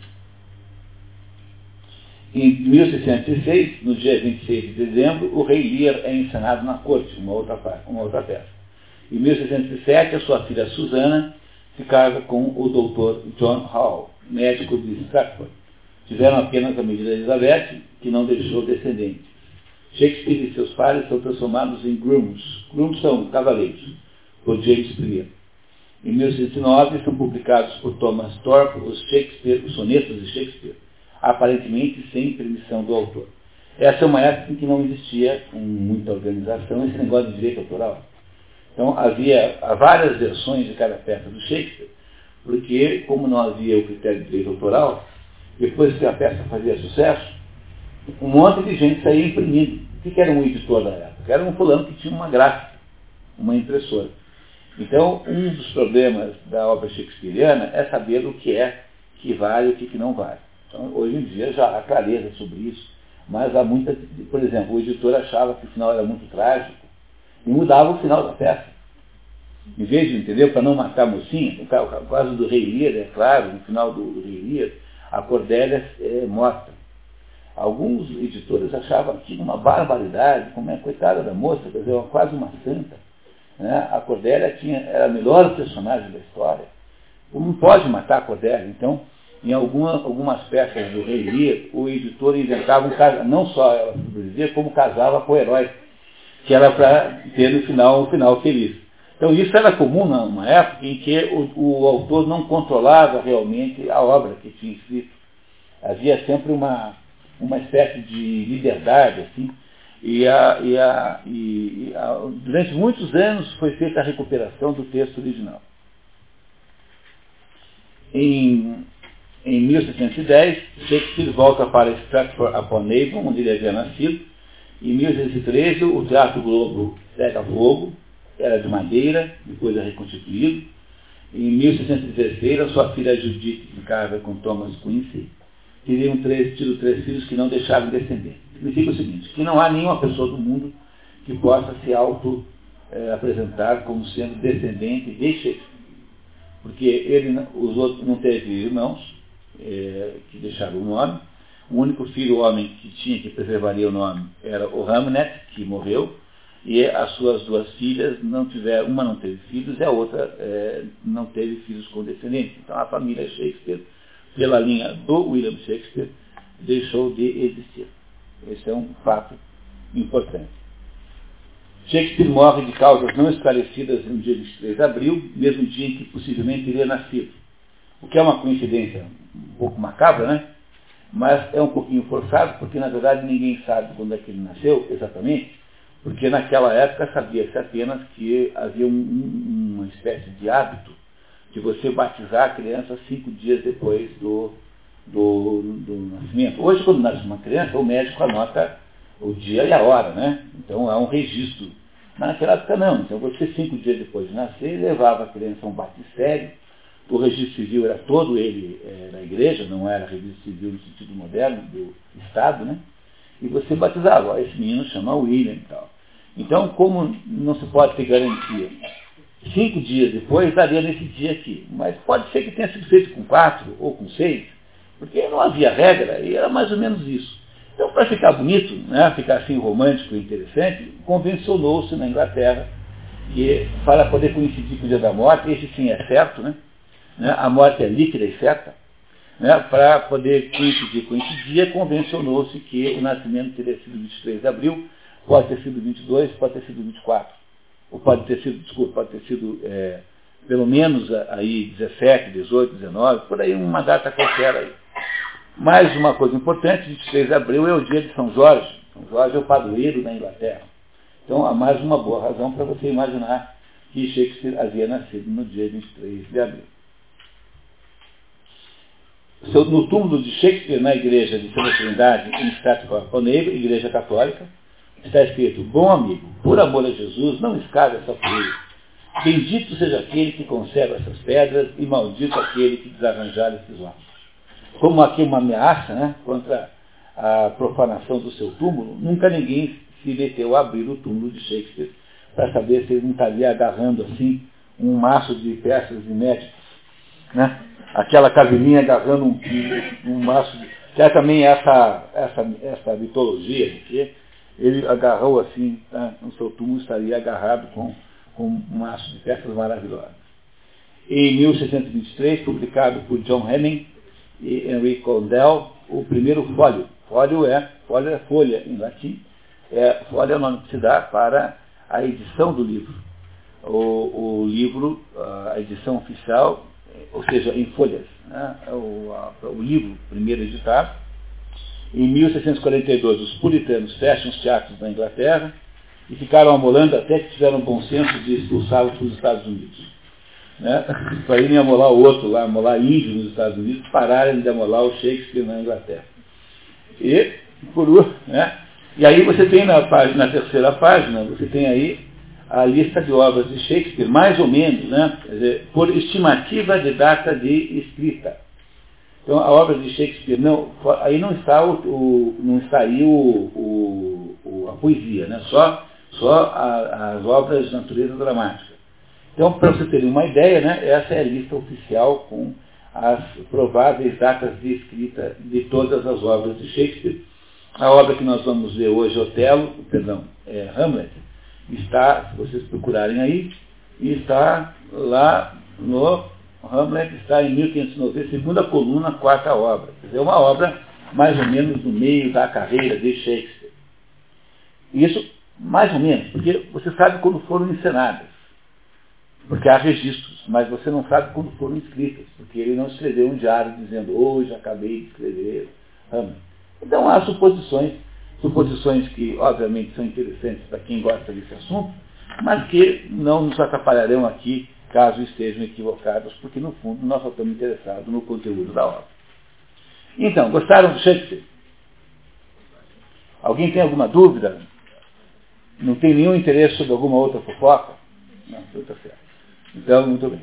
Speaker 1: Em 1606, no dia 26 de dezembro, o rei Lear é encenado na corte, uma outra peça. Em 1607, a sua filha Susana se casa com o doutor John Hall, médico de Stratford. Tiveram apenas a medida de Elizabeth, que não deixou descendentes. Shakespeare e seus pares são transformados em grooms. Grooms são cavaleiros, por James I. Em 1609, são publicados por Thomas Thorpe os sonetos de Shakespeare, aparentemente sem permissão do autor. Essa é uma época em que não existia muita organização esse negócio de direito autoral. Então, há várias versões de cada peça do Shakespeare, porque, como não havia o critério de direito autoral, depois que a peça fazia sucesso, um monte de gente saía imprimindo. O que era um editor da época? Era um fulano que tinha uma gráfica, uma impressora. Então, um dos problemas da obra shakespeariana é saber o que é que vale e o que não vale. Então, hoje em dia já há clareza sobre isso, Mas há muita, por exemplo, o editor achava que o final era muito trágico e mudava o final da peça. Em vez de, entendeu, para não matar a mocinha, no caso do Rei Lear, é claro, no final do Rei Lear, a Cordélia é morta. Alguns editores achavam aquilo uma barbaridade, como é coitada da moça, quer dizer, quase uma santa. Né? A Cordélia era a melhor personagem da história. Não pode matar a Cordélia. Então, em algumas peças do Rei Lear, o editor inventava um caso, não só ela sobreviver, como casava com o herói, que era para ter no final um final feliz. Então isso era comum numa época em que o autor não controlava realmente a obra que tinha escrito. Havia sempre uma espécie de liberdade, assim, durante muitos anos foi feita a recuperação do texto original. Em 1610, Shakespeare volta para Stratford-upon-Avon, onde ele havia nascido. Em 1613, o Teatro Globo pega fogo, era de madeira, depois é reconstituído. Em 1616, a sua filha Judith, que casa com Thomas Quincy, teriam tido 3 filhos que não deixaram descendentes. Significa o seguinte, que não há nenhuma pessoa do mundo que possa se apresentar como sendo descendente de Shakespeare. Porque ele, os outros, não teve irmãos que deixaram o nome. O único filho homem que tinha, que preservaria o nome, era o Hamlet, que morreu, e as suas 2 filhas uma não teve filhos e a outra não teve filhos com descendentes. Então a família Shakespeare, pela linha do William Shakespeare, deixou de existir. Esse é um fato importante. Shakespeare morre de causas não esclarecidas no dia 23 de abril, mesmo dia em que possivelmente teria nascido. O que é uma coincidência um pouco macabra, né? Mas é um pouquinho forçado, porque na verdade ninguém sabe quando é que ele nasceu exatamente, porque naquela época sabia-se apenas que havia uma espécie de hábito de você batizar a criança 5 dias depois do nascimento. Hoje, quando nasce uma criança, o médico anota o dia e a hora, né? Então há um registro. Mas naquela época não. Então você, 5 dias depois de nascer, levava a criança a um batistério. O registro civil era todo ele na igreja, não era registro civil no sentido moderno do Estado, né? E você batizava, esse menino chama William e tal. Então, como não se pode ter garantia, 5 dias depois daria nesse dia aqui. Mas pode ser que tenha sido feito com 4 ou com 6, porque não havia regra e era mais ou menos isso. Então, para ficar bonito, né, ficar assim romântico e interessante, convencionou-se na Inglaterra que, para poder coincidir com o dia da morte, esse sim é certo, né? A morte é líquida e certa, né? Para poder coincidir com esse dia, convencionou-se que o nascimento teria sido 23 de abril, pode ter sido 22, pode ter sido 24, ou pode ter sido pelo menos aí 17, 18, 19, por aí uma data qualquer aí. Mais uma coisa importante, 23 de abril é o dia de São Jorge. São Jorge é o padroeiro da Inglaterra. Então há mais uma boa razão para você imaginar que Shakespeare havia nascido no dia 23 de abril. No túmulo de Shakespeare, na igreja de Santa Trindade, em Stratford-upon-Avon, igreja católica, está escrito: bom amigo, por amor a Jesus, não escave essa poeira. Bendito seja aquele que conserva essas pedras e maldito aquele que desarranjar esses ossos. Como aqui uma ameaça, né, contra a profanação do seu túmulo, nunca ninguém se meteu a abrir o túmulo de Shakespeare para saber se ele não estaria agarrando assim um maço de peças inéditas, né? Aquela caveirinha agarrando um maço de... Que é também essa mitologia de que ele agarrou assim, tá? No seu túmulo estaria agarrado com um maço de peças maravilhosas. Em 1623, publicado por John Hemming e Henry Condell, o primeiro fólio. Fólio é folha em latim. Fólio é o nome que se dá para a edição do livro. O livro, a edição oficial, ou seja, em folhas, né? O livro primeiro editado. Em 1642, os puritanos fecham os teatros da Inglaterra e ficaram amolando até que tiveram bom senso de expulsá-los para os Estados Unidos. Né? Para irem amolar o outro lá, amolar índio nos Estados Unidos, pararem de amolar o Shakespeare na Inglaterra. E aí você tem na terceira página, você tem aí a lista de obras de Shakespeare, mais ou menos, né? Quer dizer, por estimativa de data de escrita. Então, a obra de Shakespeare, aí não está a poesia, né? Só as obras de natureza dramática. Então, para você terem uma ideia, né, essa é a lista oficial com as prováveis datas de escrita de todas as obras de Shakespeare. A obra que nós vamos ver hoje, Hamlet, está, se vocês procurarem aí, está lá no Hamlet, está em 1590, segunda coluna, quarta obra. Quer dizer, uma obra mais ou menos no meio da carreira de Shakespeare. Isso, mais ou menos, porque você sabe quando foram encenadas. Porque há registros, mas você não sabe quando foram escritas, porque ele não escreveu um diário dizendo, hoje acabei de escrever Hamlet. Então há suposições que obviamente são interessantes para quem gosta desse assunto, mas que não nos atrapalharão aqui, caso estejam equivocados, porque no fundo nós só estamos interessados no conteúdo da obra. Então, gostaram de Shakespeare? Alguém tem alguma dúvida? Não tem nenhum interesse sobre alguma outra fofoca? Não, tudo está certo. Então, muito bem.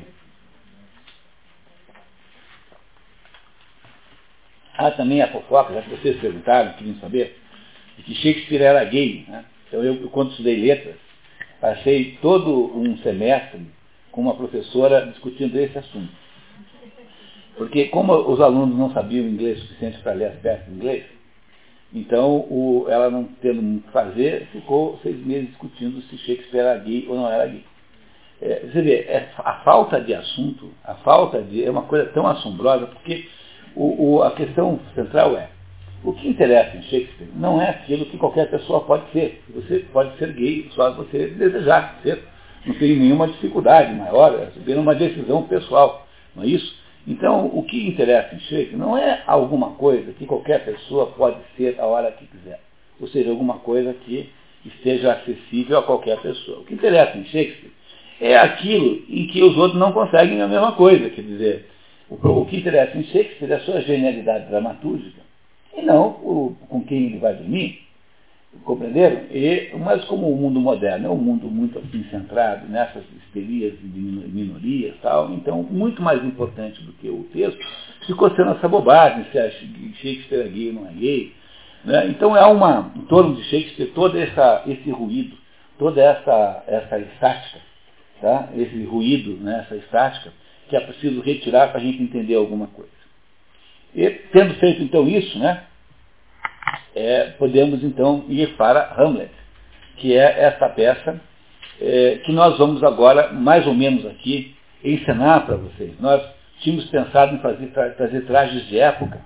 Speaker 1: Há também a fofoca, já que vocês perguntaram, queriam saber, de que Shakespeare era gay. Né? Então, eu, quando estudei letras, passei todo um semestre com uma professora discutindo esse assunto. Porque, como os alunos não sabiam inglês suficiente para ler as peças em inglês, então, ela não tendo muito o que fazer, ficou 6 meses discutindo se Shakespeare era gay ou não era gay. Você vê, a falta de assunto, é uma coisa tão assombrosa, porque a questão central é, o que interessa em Shakespeare não é aquilo que qualquer pessoa pode ser. Você pode ser gay só se você desejar ser. Não tem nenhuma dificuldade maior, é uma decisão pessoal, não é isso? Então, o que interessa em Shakespeare não é alguma coisa que qualquer pessoa pode ser a hora que quiser. Ou seja, alguma coisa que esteja acessível a qualquer pessoa. O que interessa em Shakespeare é aquilo em que os outros não conseguem a mesma coisa. Quer dizer, o que interessa em Shakespeare é a sua genialidade dramatúrgica e não com quem ele vai dormir. Compreenderam? Mas como o mundo moderno é um mundo muito assim centrado nessas histerias de minorias e tal, então muito mais importante do que o texto ficou sendo essa bobagem, se Shakespeare é gay ou não é gay. Né? Então em torno de Shakespeare todo esse ruído, toda essa estática, tá? Esse ruído, né? Essa estática, que é preciso retirar para a gente entender alguma coisa. E tendo feito então isso, né? Podemos então ir para Hamlet, que é esta peça que nós vamos agora, mais ou menos aqui, encenar para vocês. Nós tínhamos pensado em trazer trajes de época,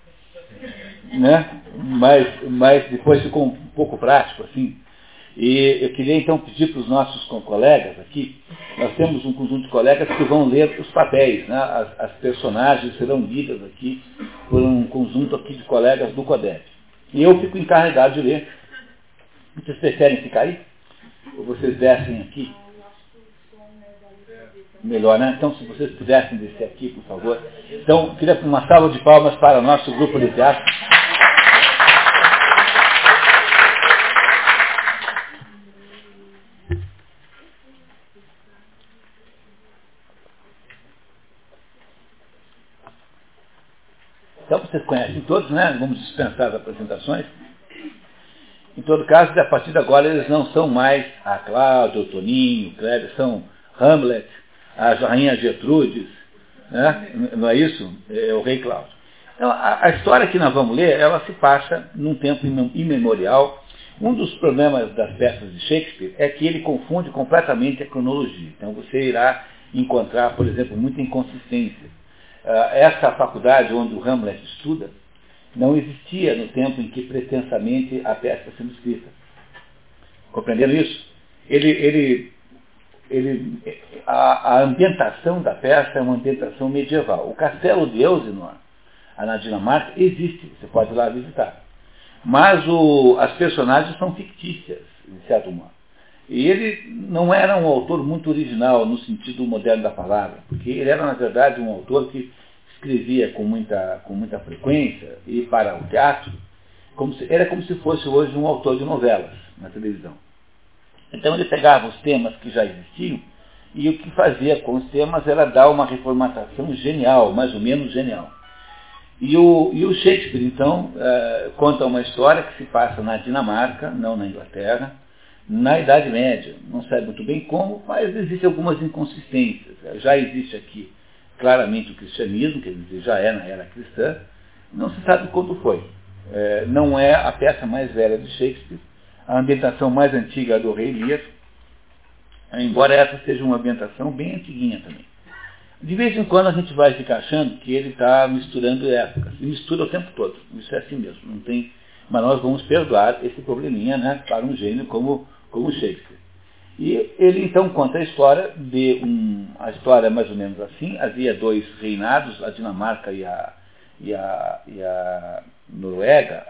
Speaker 1: né? mas depois ficou um pouco prático, assim. E eu queria então pedir para os nossos colegas aqui, nós temos um conjunto de colegas que vão ler os papéis, né? As personagens serão lidas aqui por um conjunto aqui de colegas do CODEP. E eu fico encarregado de ler. Vocês preferem ficar aí? Ou vocês descem aqui? Melhor, né? Então, se vocês pudessem descer aqui, por favor. Então, queria uma salva de palmas para o nosso grupo de teatro. Então, vocês conhecem todos, né? Vamos dispensar as apresentações. Em todo caso, a partir de agora, eles não são mais a Cláudia, o Toninho, o Kleber, são Hamlet, a rainha Gertrudes, né? Não é isso? É o rei Cláudio. Então, a história que nós vamos ler, ela se passa num tempo imemorial. Um dos problemas das peças de Shakespeare é que ele confunde completamente a cronologia. Então, você irá encontrar, por exemplo, muita inconsistência. Essa faculdade onde o Hamlet estuda não existia no tempo em que pretensamente a peça está sendo escrita. Compreenderam isso? A ambientação da peça é uma ambientação medieval. O castelo de Elsinore, na Dinamarca, existe, você pode ir lá visitar. Mas as personagens são fictícias, de certo modo. E ele não era um autor muito original no sentido moderno da palavra, porque ele era, na verdade, um autor que escrevia com muita frequência e para o teatro, era como se fosse hoje um autor de novelas na televisão. Então ele pegava os temas que já existiam e o que fazia com os temas era dar uma reformatação genial, mais ou menos genial. E o Shakespeare, então, conta uma história que se passa na Dinamarca, não na Inglaterra, na Idade Média. Não sabe muito bem como, mas existem algumas inconsistências. Já existe aqui claramente o cristianismo, quer dizer, já é na era cristã, não se sabe quando foi. Não é a peça mais velha de Shakespeare, a ambientação mais antiga é do Rei Lear, embora essa seja uma ambientação bem antiguinha também. De vez em quando a gente vai ficar achando que ele está misturando épocas. E mistura o tempo todo. Isso é assim mesmo. Não tem, mas nós vamos perdoar esse probleminha, né, para um gênio como Shakespeare. E ele então conta a história a história é mais ou menos assim. Havia dois reinados, a Dinamarca e a Noruega,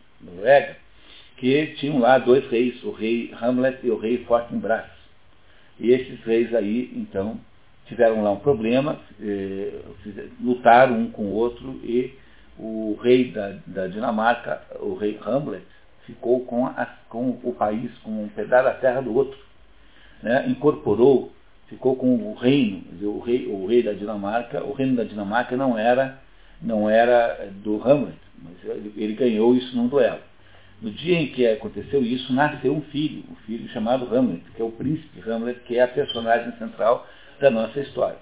Speaker 1: que tinham lá dois reis, o rei Hamlet e o rei Fortinbras. E esses reis aí, então, tiveram lá um problema, lutaram um com o outro e o rei da Dinamarca, o rei Hamlet, ficou com o país, com um pedaço da terra do outro. Né? Incorporou, ficou com o reino, o rei da Dinamarca. O reino da Dinamarca não era do Hamlet, mas ele ganhou isso num duelo. No dia em que aconteceu isso, nasceu um filho chamado Hamlet, que é o príncipe Hamlet, que é a personagem central da nossa história.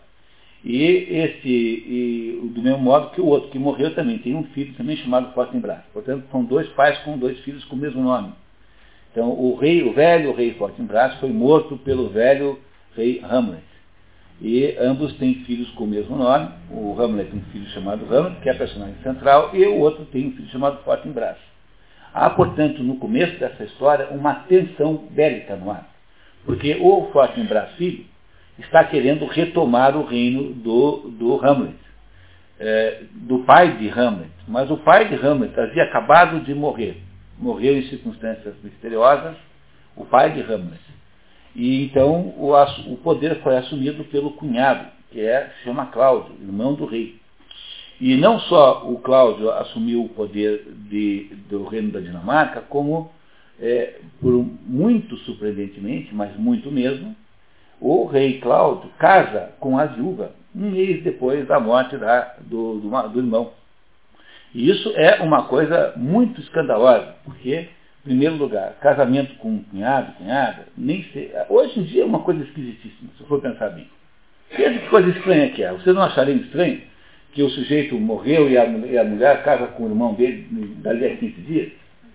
Speaker 1: E do mesmo modo que o outro, que morreu também, tem um filho também chamado Fortinbras. Portanto, são dois pais com dois filhos com o mesmo nome. Então, o velho rei Fortinbras foi morto pelo velho rei Hamlet. E ambos têm filhos com o mesmo nome. O Hamlet tem um filho chamado Hamlet, que é a personagem central, e o outro tem um filho chamado Fortinbras. Há, portanto, no começo dessa história, uma tensão bélica no ar. Porque o Fortinbras filho está querendo retomar o reino do Hamlet, do pai de Hamlet. Mas o pai de Hamlet havia acabado de morrer. Morreu em circunstâncias misteriosas, o pai de Hamlet. E então o poder foi assumido pelo cunhado, que se chama Cláudio, irmão do rei. E não só o Cláudio assumiu o poder do reino da Dinamarca, como, muito surpreendentemente, mas muito mesmo, o rei Cláudio casa com a viúva um mês depois da morte do irmão. E isso é uma coisa muito escandalosa, porque, em primeiro lugar, casamento com cunhado, cunhada, hoje em dia é uma coisa esquisitíssima, se eu for pensar bem. Veja que coisa estranha que é. Vocês não achariam estranho que o sujeito morreu e a mulher casa com o irmão dele dali a 15 dias?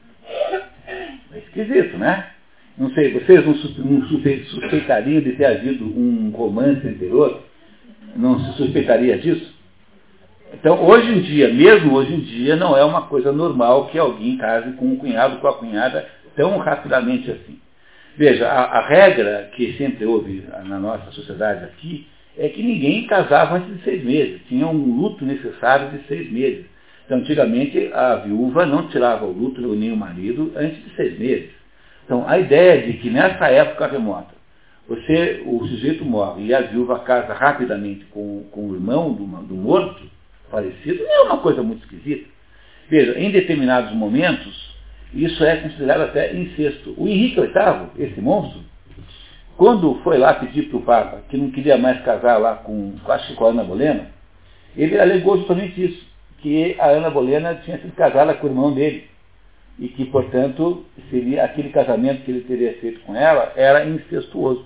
Speaker 1: É esquisito, né? Não sei, vocês não suspeitariam de ter havido um romance anterior? Não se suspeitaria disso? Então, hoje em dia, mesmo hoje em dia, não é uma coisa normal que alguém case com um cunhado, com a cunhada, tão rapidamente assim. Veja, a regra que sempre houve na nossa sociedade aqui é que ninguém casava antes de 6 meses. Tinha um luto necessário de 6 meses. Então, antigamente, a viúva não tirava o luto, nem o marido, antes de 6 meses. Então, a ideia de que nessa época remota, o sujeito morre e a viúva casa rapidamente com o irmão do morto, falecido, não é uma coisa muito esquisita. Veja, em determinados momentos, isso é considerado até incesto. O Henrique VIII, esse monstro, quando foi lá pedir para o Papa que não queria mais casar lá com a Ana Bolena, ele alegou justamente isso, que a Ana Bolena tinha sido casada com o irmão dele, e que, portanto, seria aquele casamento que ele teria feito com ela era incestuoso.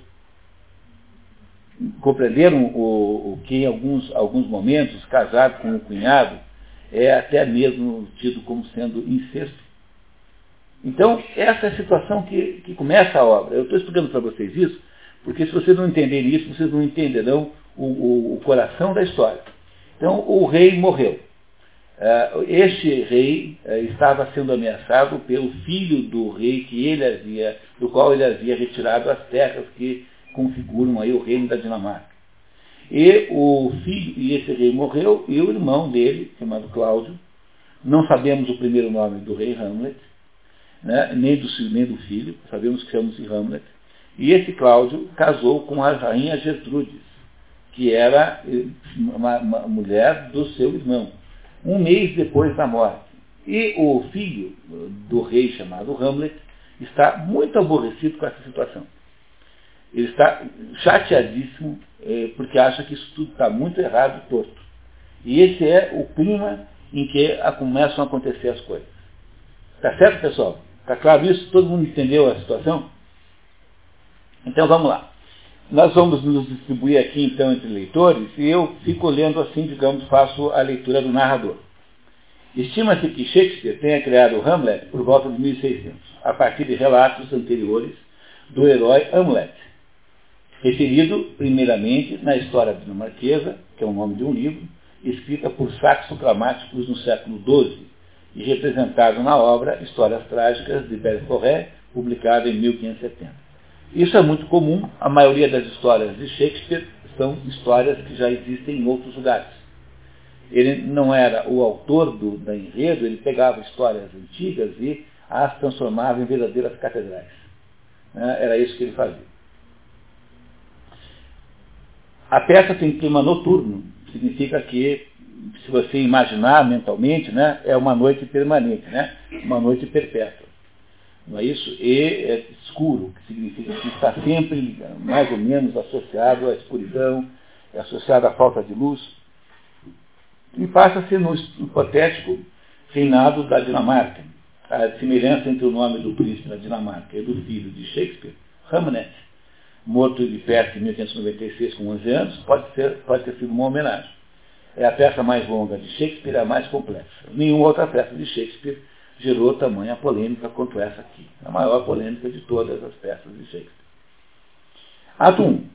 Speaker 1: Compreenderam que em alguns momentos casar com o cunhado é até mesmo tido como sendo incesto? Então, essa é a situação que começa a obra. Eu estou explicando para vocês isso, porque se vocês não entenderem isso, vocês não entenderão o coração da história. Então, o rei morreu. Este rei estava sendo ameaçado pelo filho do rei do qual ele havia retirado as terras que configuram aí o reino da Dinamarca. E esse rei morreu, e o irmão dele, chamado Cláudio, não sabemos o primeiro nome do rei Hamlet, né, nem do filho, sabemos que chama-se Hamlet, e esse Cláudio casou com a rainha Gertrudes, que era uma mulher do seu irmão, um mês depois da morte. E o filho do rei chamado Hamlet está muito aborrecido com essa situação. Ele está chateadíssimo porque acha que isso tudo está muito errado e torto. E esse é o clima em que começam a acontecer as coisas. Tá certo, pessoal? Tá claro isso? Todo mundo entendeu a situação? Então vamos lá. Nós vamos nos distribuir aqui então entre leitores e eu fico lendo assim, digamos, faço a leitura do narrador. Estima-se que Shakespeare tenha criado Hamlet por volta de 1600, a partir de relatos anteriores do herói Hamlet, referido primeiramente na História Dinamarquesa, que é o nome de um livro, escrita por Saxo Clammáticos no século XII e representado na obra Histórias Trágicas de Bergeret, publicada em 1570. Isso é muito comum, a maioria das histórias de Shakespeare são histórias que já existem em outros lugares. Ele não era o autor da enredo, ele pegava histórias antigas e as transformava em verdadeiras catedrais. Era isso que ele fazia. A peça tem clima noturno, significa que, se você imaginar mentalmente, é uma noite permanente, uma noite perpétua. Não é isso? E é escuro, que significa que está sempre mais ou menos associado à escuridão, é associado à falta de luz. E passa-se no hipotético reinado da Dinamarca. A semelhança entre o nome do príncipe da Dinamarca e do filho de Shakespeare, Hamlet, morto de peste em 1596 com 11 anos, pode ter sido uma homenagem. É a peça mais longa de Shakespeare, a mais complexa. Nenhuma outra peça de Shakespeare gerou tamanha polêmica quanto essa aqui. A maior polêmica de todas as peças de Shakespeare. Ato 1.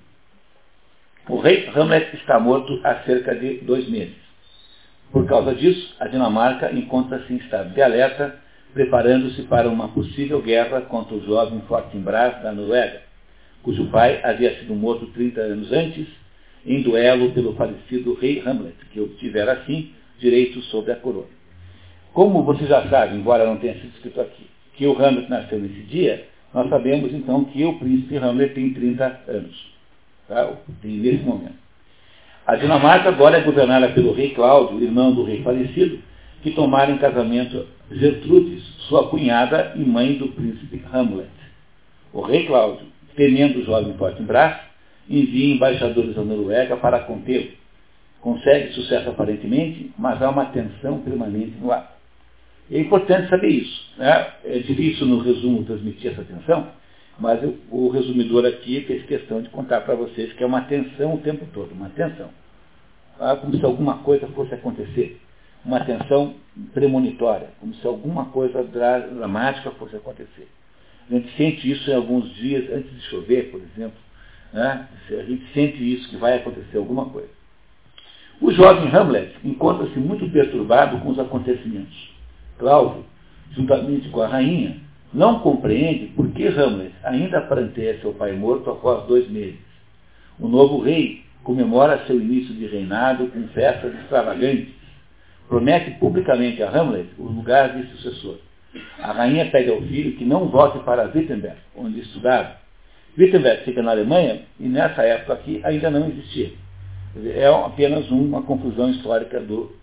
Speaker 1: O rei Hamlet está morto há cerca de 2 meses. Por causa disso, a Dinamarca encontra-se em estado de alerta, preparando-se para uma possível guerra contra o jovem Fortinbras da Noruega, cujo pai havia sido morto 30 anos antes, em duelo pelo falecido rei Hamlet, que obtivera, assim, direitos sobre a coroa. Como você já sabe, embora não tenha sido escrito aqui, que o Hamlet nasceu nesse dia, nós sabemos, então, que o príncipe Hamlet tem 30 anos. Tá? Tem nesse momento. A Dinamarca agora é governada pelo rei Cláudio, irmão do rei falecido, que tomara em casamento Gertrudes, sua cunhada e mãe do príncipe Hamlet. O rei Cláudio, temendo o jovem Fortinbras, envia embaixadores à Noruega para contê-lo. Consegue sucesso aparentemente, mas há uma tensão permanente no ar. É importante saber isso. É difícil no resumo transmitir essa tensão, mas o resumidor aqui fez questão de contar para vocês que é uma tensão o tempo todo, uma tensão. Como se alguma coisa fosse acontecer. Uma tensão premonitória, como se alguma coisa dramática fosse acontecer. A gente sente isso em alguns dias antes de chover, por exemplo. A gente sente isso, que vai acontecer alguma coisa. O jovem Hamlet encontra-se muito perturbado com os acontecimentos. Cláudio, juntamente com a rainha, não compreende por que Hamlet ainda pranteia seu pai morto após 2 meses. O novo rei comemora seu início de reinado com festas extravagantes. Promete publicamente a Hamlet o lugar de sucessor. A rainha pede ao filho que não volte para Wittenberg, onde estudava. Wittenberg fica na Alemanha e nessa época aqui ainda não existia. É apenas uma confusão histórica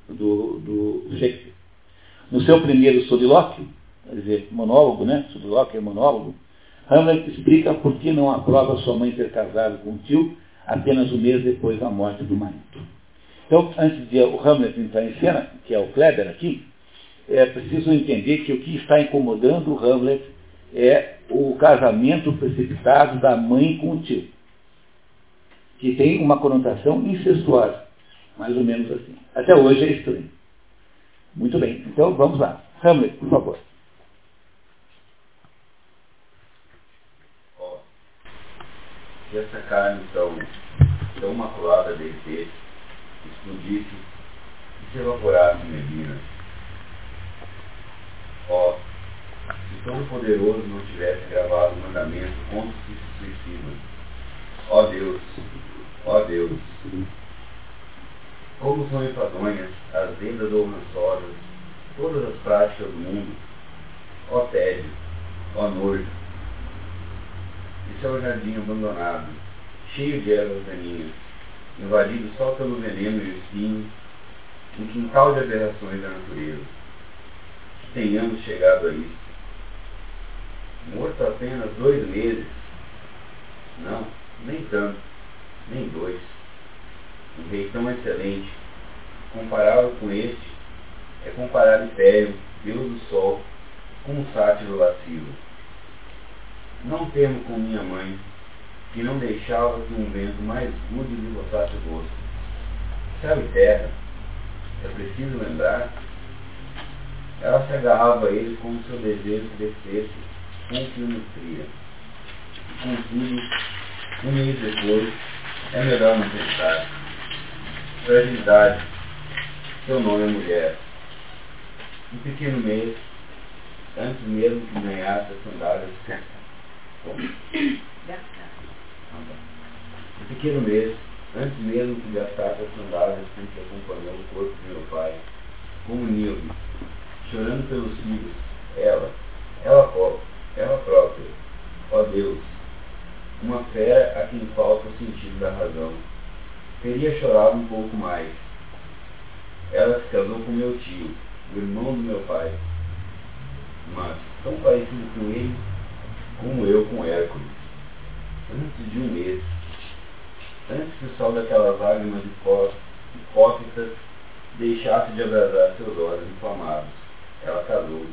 Speaker 1: do Shakespeare. No seu primeiro solilóquio, quer dizer, monólogo, Solilóquio é monólogo, Hamlet explica por que não aprova sua mãe ter casado com o tio apenas um mês depois da morte do marido. Então, antes de o Hamlet entrar em cena, que é o Kleber aqui, é preciso entender que o que está incomodando o Hamlet é o casamento precipitado da mãe com o tio, que tem uma conotação incestuosa, mais ou menos assim. Até hoje é estranho. Muito bem, então vamos lá. Hamlet, por favor.
Speaker 3: Se essa carne tão maculada derretesse, explodisse e se evaporasse em neblina. Se Todo-Poderoso não tivesse gravado o mandamento contra os que se suicidam. Ó Deus, como são enfadonhas as vendas ourançosas, todas as práticas do mundo. Ó tédio, ó nojo. Esse é o jardim abandonado, cheio de ervas daninhas, invadido só pelo veneno e o espinho, um quintal de aberrações da natureza. Que tenhamos chegado a isso. Morto apenas 2 meses. Não, nem tanto, nem 2. Um rei tão excelente, comparável com este, é comparar Império, Deus do Sol, com um sátiro lascivo. Não temo com minha mãe, que não deixava que um vento mais rude lhe roçasse o rosto. Céu e terra, é preciso lembrar, ela se agarrava a ele como se o desejo crescesse com o que o nutria. E contudo, um mês depois, é melhor não pensar. Fragilidade, seu nome é mulher. Um pequeno mês, antes mesmo que ganhasse as sandálias. Um pequeno mês, antes mesmo que gastasse as sandálias com que acompanhou o corpo de meu pai, como Nilve, chorando pelos filhos, ela própria, ó Deus, uma fera a quem falta o sentido da razão, teria chorado um pouco mais. Ela se casou com meu tio, o irmão do meu pai, mas tão parecido com ele como eu com Hércules. Antes de um mês, antes que o sol daquelas lágrimas hipócritas deixasse de abrasar seus olhos inflamados, ela casou.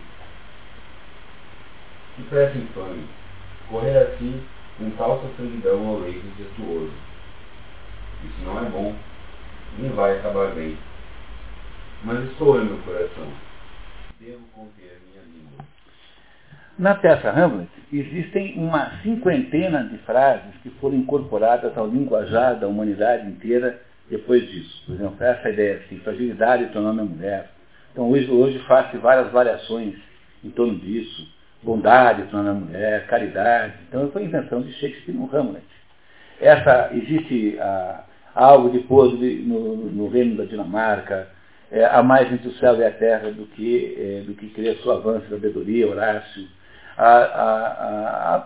Speaker 3: Que pressa infame, correr assim com falsa sanguidão ao leito incestuoso. Isso não é bom, nem vai acabar bem. Mas estou em meu coração. Devo conter minha língua.
Speaker 1: Na peça Hamlet, existem uma 50 de frases que foram incorporadas ao linguajar da humanidade inteira depois disso. Por exemplo, essa ideia assim, fragilidade, teu nome é mulher. Então hoje faz-se várias variações em torno disso. Bondade, teu nome é mulher, caridade. Então foi invenção de Shakespeare no Hamlet. Existe algo de podre no reino da Dinamarca, há mais entre o céu e a terra do que cria sua avança, sabedoria, Horácio. Há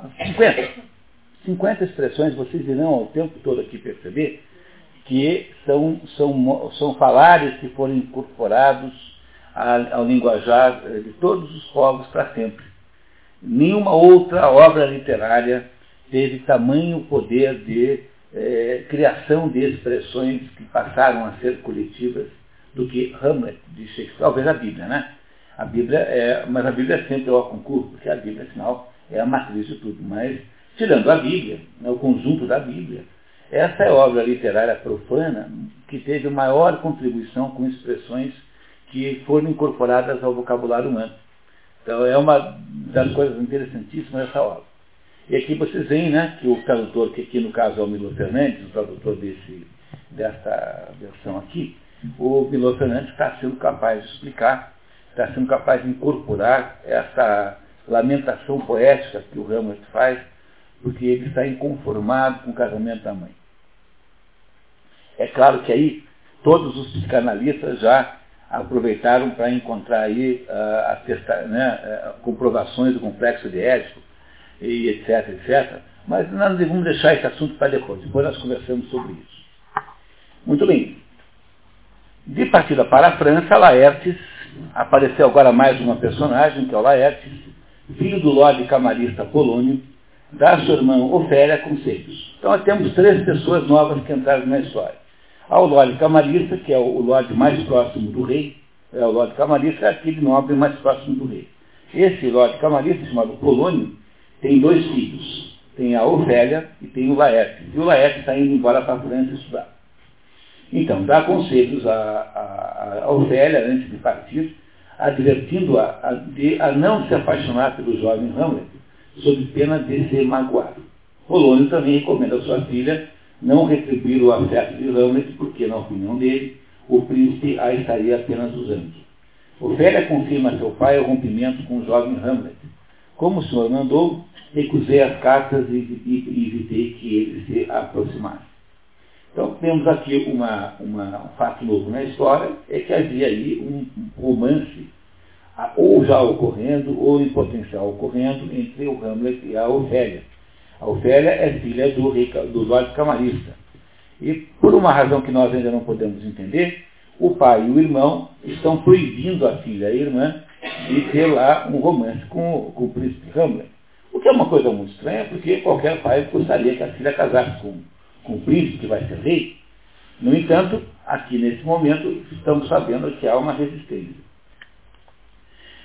Speaker 1: 50 expressões, vocês irão ao tempo todo aqui perceber que são falares que foram incorporados ao linguajar de todos os povos para sempre. Nenhuma outra obra literária teve tamanho poder de criação de expressões que passaram a ser coletivas do que Hamlet de Shakespeare. Talvez a Bíblia, né? Mas a Bíblia é sempre ao concurso, porque a Bíblia, afinal, é a matriz de tudo. Mas, tirando a Bíblia, o conjunto da Bíblia, essa é a obra literária profana que teve maior contribuição com expressões que foram incorporadas ao vocabulário humano. Então, é uma das coisas interessantíssimas dessa obra. E aqui vocês veem, né, que o tradutor, que aqui no caso é o Milor Fernandes, o tradutor dessa versão aqui, o Milor Fernandes está sendo capaz de explicar, está sendo capaz de incorporar essa lamentação poética que o Hamlet faz, porque ele está inconformado com o casamento da mãe. É claro que aí todos os psicanalistas já aproveitaram para encontrar aí comprovações do complexo de Édipo, e etc. Mas nós vamos deixar esse assunto para depois nós conversamos sobre isso. Muito bem. De partida para a França, Laertes, apareceu agora mais uma personagem, que é o Laertes, filho do Lorde Camarista Polônio, da sua irmã Ofélia Conselhos. Então nós temos 3 pessoas novas que entraram na história. Há o Lorde Camarista, que é o Lorde mais próximo do rei, o Lorde Camarista é aquele nobre mais próximo do rei. Esse Lorde Camarista, chamado Polônio, tem 2 filhos. Tem a Ofélia e tem o Laertes. E o Laertes está indo embora para a França estudar. Então, dá conselhos a Ofélia antes de partir, advertindo-a a não se apaixonar pelo jovem Hamlet, sob pena de ser magoado. Polônio também recomenda a sua filha não retribuir o afeto de Hamlet, porque, na opinião dele, o príncipe a estaria apenas usando. Ofélia confirma a seu pai o rompimento com o jovem Hamlet. Como o senhor mandou, recusei as cartas e evitei que ele se aproximasse. Então, temos aqui um fato novo na história, é que havia aí um romance, ou já ocorrendo, ou em potencial ocorrendo, entre o Hamlet e a Ofélia. A Ofélia é filha do Lorde Camarista. E, por uma razão que nós ainda não podemos entender, o pai e o irmão estão proibindo a filha e a irmã de ter lá um romance com o príncipe Hamlet. O que é uma coisa muito estranha, porque qualquer pai gostaria que a filha casasse com o príncipe, que vai ser rei. No entanto, aqui nesse momento, estamos sabendo que há uma resistência.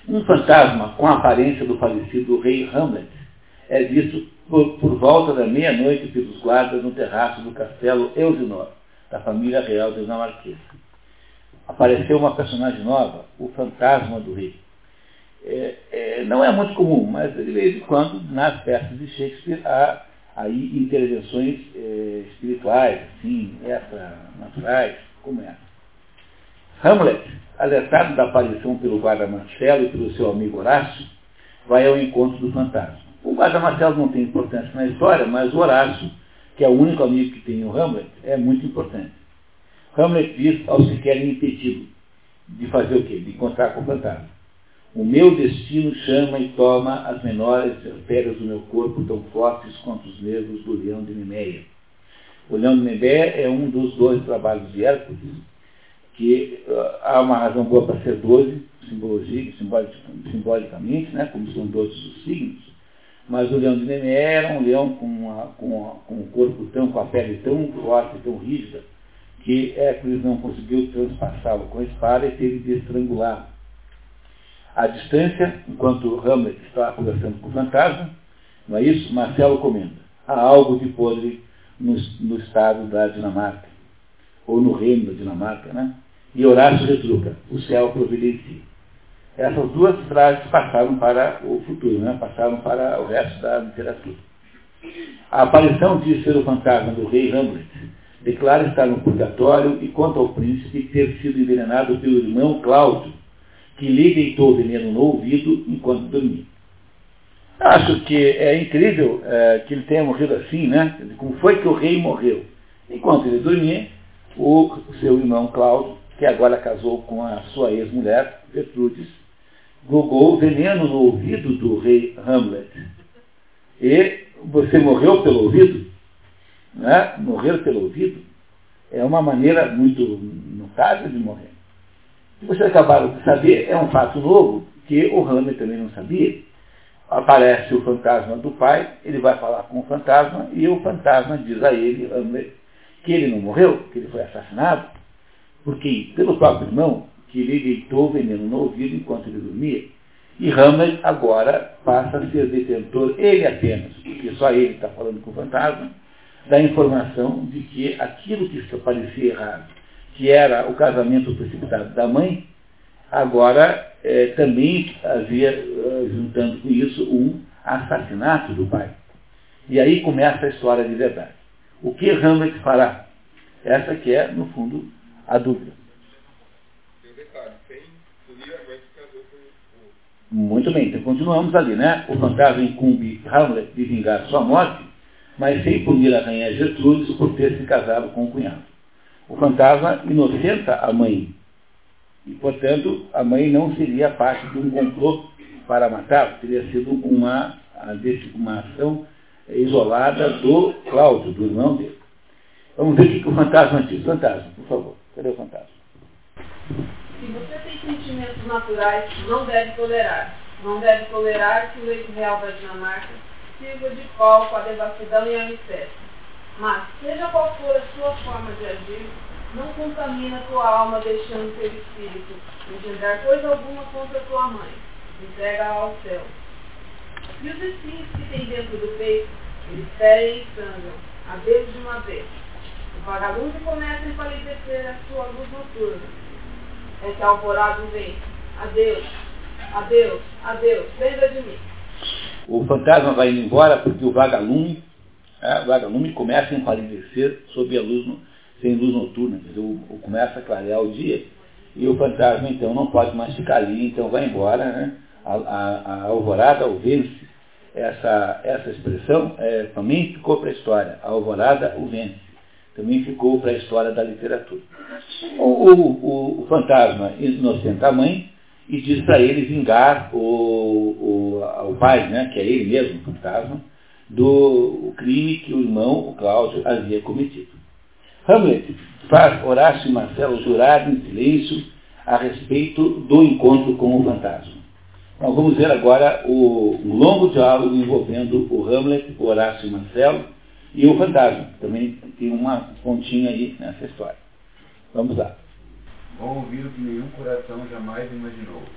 Speaker 1: Um fantasma com a aparência do falecido rei Hamlet é visto por volta da meia-noite pelos guardas no terraço do castelo Elsinore, da família real dinamarquesa. Apareceu uma personagem nova, o fantasma do rei. Não é muito comum, mas de vez em quando, nas peças de Shakespeare, há aí intervenções espirituais, assim, naturais, como essa. Hamlet, alertado da aparição pelo guarda Marcelo e pelo seu amigo Horácio, vai ao encontro do fantasma. O guarda Marcelo não tem importância na história, mas o Horácio, que é o único amigo que tem o Hamlet, é muito importante. Hamlet diz aos que querem impedi-lo de fazer o quê? De encontrar com o fantasma. O meu destino chama e toma as menores artérias do meu corpo tão fortes quanto os nervos do leão de Nemeia. O leão de Nemeia é um dos 12 trabalhos de Hércules, que há uma razão boa para ser 12, simbolicamente, né, como são 12 os signos, mas o leão de Nemeia era um leão com um corpo com a pele tão forte, tão rígida, que Hércules não conseguiu transpassá-lo com a espada e teve de estrangulá-lo. À distância, enquanto Hamlet está conversando com o fantasma, não é isso? Marcelo comenta: há algo de podre no estado da Dinamarca, ou no reino da Dinamarca, né? E Horácio retruca: o céu providencia. Essas duas frases passaram para o futuro, né? Passaram para o resto da literatura. A aparição de ser o fantasma do rei Hamlet declara estar no purgatório e conta ao príncipe ter sido envenenado pelo irmão Cláudio, que lhe deitou veneno no ouvido enquanto dormia. Acho que é incrível que ele tenha morrido assim, né? Como foi que o rei morreu? Enquanto ele dormia, o seu irmão Cláudio, que agora casou com a sua ex-mulher, Gertrudes, jogou veneno no ouvido do rei Hamlet. E você morreu pelo ouvido? Né? Morrer pelo ouvido é uma maneira muito notável de morrer. Se vocês acabaram de saber, é um fato novo que o Hamlet também não sabia. Aparece o fantasma do pai, ele vai falar com o fantasma e o fantasma diz a ele, Hamlet, que ele não morreu, que ele foi assassinado, porque pelo próprio irmão, que lhe deitou veneno no ouvido enquanto ele dormia. E Hamlet agora passa a ser detentor, ele apenas, porque só ele está falando com o fantasma, da informação de que aquilo que parecia errado, que era o casamento precipitado da mãe, agora também havia, juntando com isso, um assassinato do pai. E aí começa a história de verdade. O que Hamlet fará? Essa que é, no fundo, a dúvida.
Speaker 2: Tem um detalhe, sem punir a mãe que casou com o...
Speaker 1: Muito bem, então continuamos ali, né? O fantasma incumbe Hamlet de vingar sua morte, mas sem punir a rainha Gertrudes por ter se casado com o cunhado. O fantasma inocenta a mãe. E, portanto, a mãe não seria parte de um complô para matá-lo. Teria sido uma ação isolada do Cláudio, do irmão dele. Vamos ver o que o fantasma diz. Fantasma, por favor. Cadê o fantasma?
Speaker 4: Se você tem sentimentos naturais, não deve tolerar. Não deve tolerar que o leito real da Dinamarca sirva de palco à devassidão e à mistério. Mas, seja qual for a sua forma de agir, não contamina tua alma deixando teu espírito engendrar coisa alguma contra tua mãe. Entrega-a ao céu. E os espinhos que tem dentro do peito, eles ferem e sangram, a Deus de uma vez. O vagalume começa a empalidecer a sua luz noturna. É que a alvorada vem. Adeus, adeus, adeus, lembra de mim.
Speaker 1: O fantasma vai indo embora porque o vagalume começa a empalidecer sob a luz, sem luz noturna. Começa a clarear o dia e o fantasma então não pode mais ficar ali, então vai embora, né? A alvorada o vence. Essa expressão também ficou para a história. A alvorada o vence. Também ficou para a história da literatura. O fantasma inocenta a mãe e diz para ele vingar o pai, né, que é ele mesmo, o fantasma, do crime que o irmão, o Cláudio, havia cometido. Hamlet faz Horácio e Marcelo jurar em silêncio a respeito do encontro com o fantasma. Então, vamos ver agora um longo diálogo envolvendo o Hamlet, o Horácio e Marcelo e o fantasma. Também tem uma pontinha aí nessa história. Vamos lá.
Speaker 3: Vão ouvir o que nenhum coração jamais imaginou.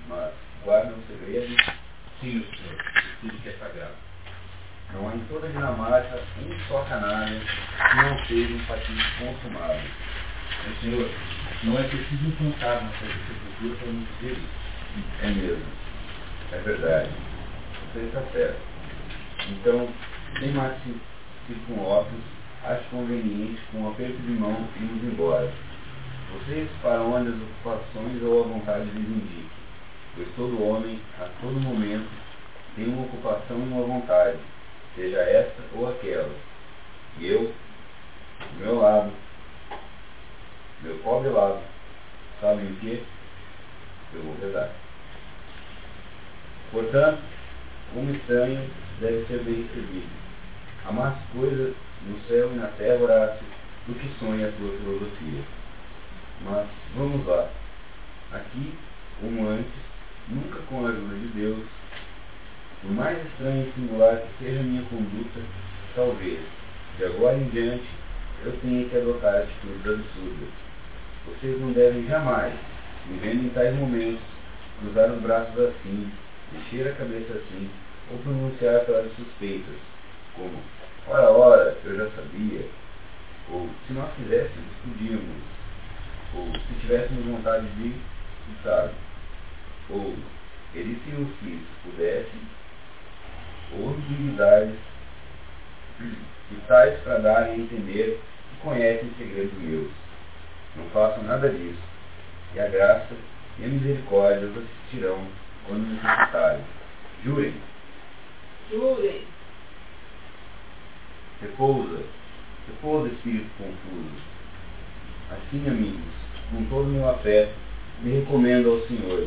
Speaker 3: mas guardam o segredo sim o Senhor, tudo que é sagrado. Não há em toda a Dinamarca um só canalha que não seja um patins consumado. Mas, Senhor, não é preciso um fantasma nessa sepultura para nos dizer isso. É mesmo. É verdade. Você está certo. Então, sem mais circunlóquios, acho conveniente, com um aperto de mão, irmos embora. Vocês para onde as ocupações ou a vontade lhes indique, pois todo homem, a todo momento, tem uma ocupação e uma vontade, seja esta ou aquela. E eu, do meu lado, meu pobre lado, sabem o que? Eu vou rezar. Portanto, como estranho deve ser bem recebido. Há mais coisas no céu e na terra, Horácio, do que sonha a tua filosofia. Mas vamos lá. Aqui, como antes, nunca com a ajuda de Deus, por mais estranho e singular que seja a minha conduta, talvez, de agora em diante, eu tenha que adotar atitudes absurdas. Vocês não devem jamais, me vendo em tais momentos, cruzar os braços assim, mexer a cabeça assim, ou pronunciar frases suspeitas, como, ora, eu já sabia, ou se nós quiséssemos, podíamos, ou se tivéssemos vontade de, sabe, ou eríssemos que pudessem, ou ambiguidades e tais para darem a entender que conhecem segredos meus. Não façam nada disso, e a graça e a misericórdia os assistirão quando necessitarem. Jurem.
Speaker 4: Jurem. Repousa, espírito confuso. Assim, amigos, com todo o meu afeto, me recomendo ao Senhor.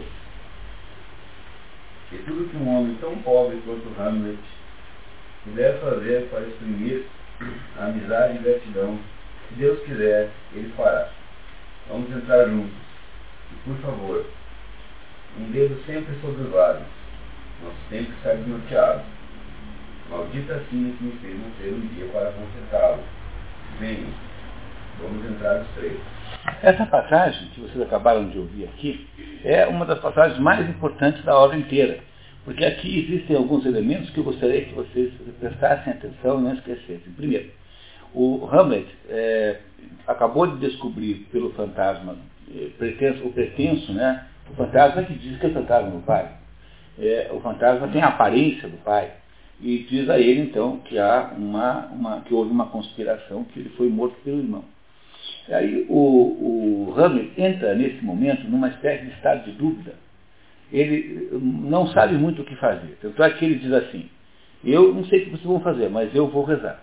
Speaker 4: E tudo que um homem tão pobre quanto Hamlet puder fazer para exprimir a amizade e gratidão, se Deus quiser, Ele fará. Vamos entrar juntos. E, por favor, um dedo sempre sobre os lábios. Nosso tempo está desnorteado. Maldita sina que me fez nascer um dia para consertá-lo. Venham, vamos entrar os três.
Speaker 1: Essa passagem que vocês acabaram de ouvir aqui é uma das passagens mais importantes da obra inteira, porque aqui existem alguns elementos que eu gostaria que vocês prestassem atenção e não esquecessem. Primeiro, o Hamlet acabou de descobrir pelo fantasma o pretenso, né? O fantasma que diz que é o fantasma do pai. O fantasma tem a aparência do pai e diz a ele então que que houve uma conspiração, que ele foi morto pelo irmão. E aí o Hamlet entra nesse momento numa espécie de estado de dúvida. Ele não sabe muito o que fazer. Tanto é que ele diz assim, eu não sei o que vocês vão fazer, mas eu vou rezar.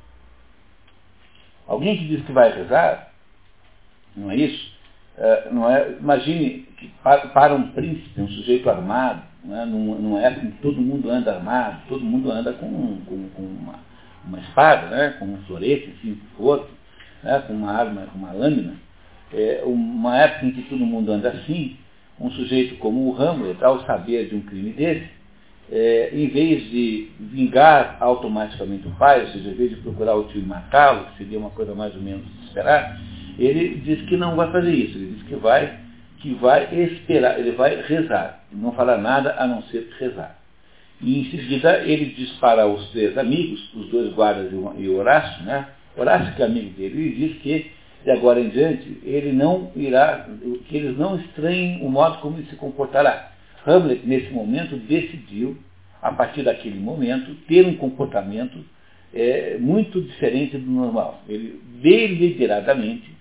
Speaker 1: Alguém que diz que vai rezar, não é isso? Não é, imagine que para um príncipe, um sujeito armado, não é que todo mundo anda armado, todo mundo anda com uma espada, né, com um florete, assim, forte, né, com uma arma, com uma lâmina. Uma época em que todo mundo anda assim, um sujeito como o Hamlet, ao saber de um crime desse, em vez de vingar automaticamente o pai, ou seja, em vez de procurar o tio e matá-lo, que seria uma coisa mais ou menos esperar, ele diz que não vai fazer isso, ele diz que vai esperar, ele vai rezar, não falar nada a não ser rezar. E em seguida ele diz para os três amigos, os dois guardas e o Horácio, né? Horácio que é amigo dele, ele diz que de agora em diante ele não irá, que eles não estranhem o modo como ele se comportará. Hamlet nesse momento decidiu, a partir daquele momento, ter um comportamento muito diferente do normal. Ele deliberadamente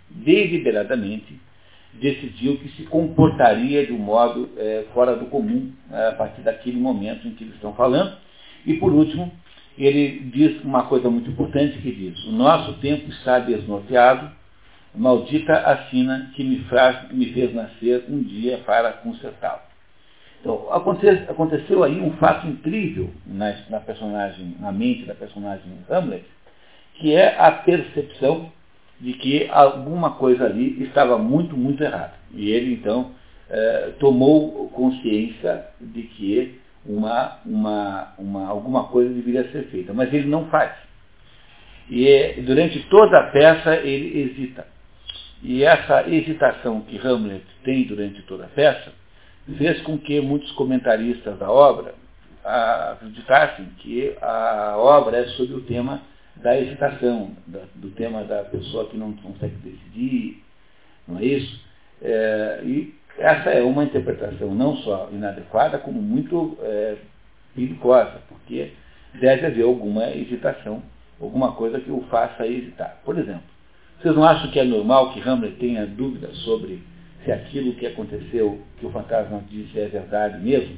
Speaker 1: decidiu que se comportaria de um modo fora do comum, a partir daquele momento em que eles estão falando. E, por último, ele diz uma coisa muito importante que diz, o nosso tempo está desnorteado, maldita a sina que me fez nascer um dia para consertá-lo. Então, aconteceu aí um fato incrível na mente da personagem Hamlet, que é a percepção de que alguma coisa ali estava muito, muito errada. E ele, então, tomou consciência de que alguma coisa deveria ser feita. Mas ele não faz. E durante toda a peça ele hesita. E essa hesitação que Hamlet tem durante toda a peça fez com que muitos comentaristas da obra acreditassem que a obra é sobre o tema da hesitação, do tema da pessoa que não consegue decidir, não é isso? E essa é uma interpretação não só inadequada, como muito perigosa, porque deve haver alguma hesitação, alguma coisa que o faça hesitar. Por exemplo, vocês não acham que é normal que Hamlet tenha dúvidas sobre se aquilo que aconteceu, que o fantasma disse, é verdade mesmo?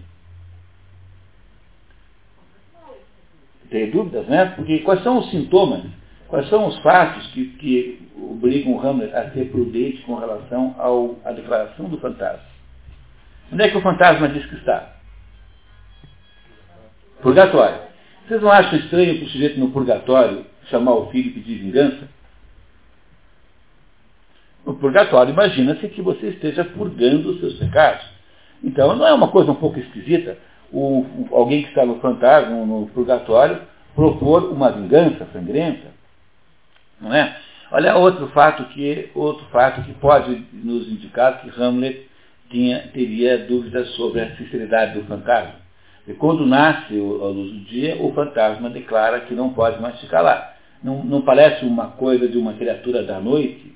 Speaker 1: Tem dúvidas, né? Porque quais são os sintomas, quais são os fatos que obrigam Hamlet a ser prudente com relação à declaração do fantasma? Onde é que o fantasma diz que está? Purgatório. Vocês não acham estranho para o sujeito no purgatório chamar o filho e pedir vingança? No purgatório, imagina-se que você esteja purgando os seus pecados. Então, não é uma coisa um pouco esquisita alguém que está no fantasma, no purgatório, propor uma vingança sangrenta? Não é? Olha outro fato que pode nos indicar que Hamlet teria dúvidas sobre a sinceridade do fantasma. E quando nasce a luz do dia, o fantasma declara que não pode mais ficar lá. Não parece uma coisa de uma criatura da noite?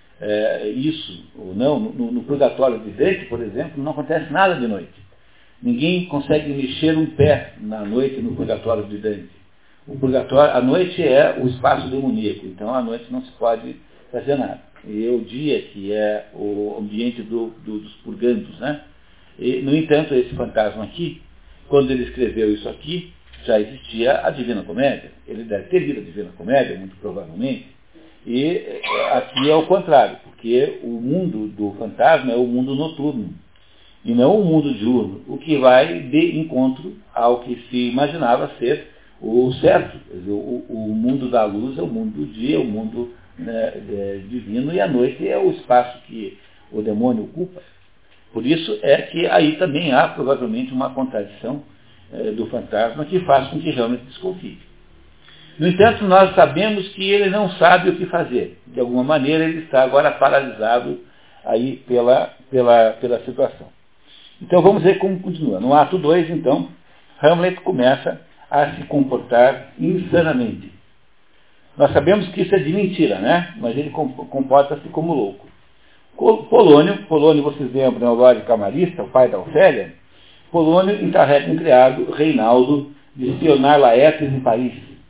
Speaker 1: Isso ou não? No purgatório de Dante, por exemplo, não acontece nada de noite. Ninguém consegue mexer um pé na noite no purgatório de Dante. O purgatório, a noite é o espaço demoníaco, então à noite não se pode fazer nada. E é o dia que é o ambiente dos purgandos, né? E, no entanto, esse fantasma aqui, quando ele escreveu isso aqui, já existia a Divina Comédia. Ele deve ter lido a Divina Comédia, muito provavelmente. E aqui é o contrário, porque o mundo do fantasma é o mundo noturno, e não o mundo diurno, o que vai de encontro ao que se imaginava ser o certo. Quer dizer, o mundo da luz é o mundo do dia, o mundo divino, e a noite é o espaço que o demônio ocupa. Por isso é que aí também há provavelmente uma contradição do fantasma que faz com que Hamlet desconfie. No entanto, nós sabemos que ele não sabe o que fazer. De alguma maneira, ele está agora paralisado aí pela situação. Então, vamos ver como continua. No ato 2, então, Hamlet começa a se comportar insanamente. Nós sabemos que isso é de mentira, né? Mas ele comporta-se como louco. Polônio, vocês lembram, é o Lorde Camarista, o pai da Ofélia? Polônio encarrega um criado, Reinaldo, de espionar Laertes em Paris.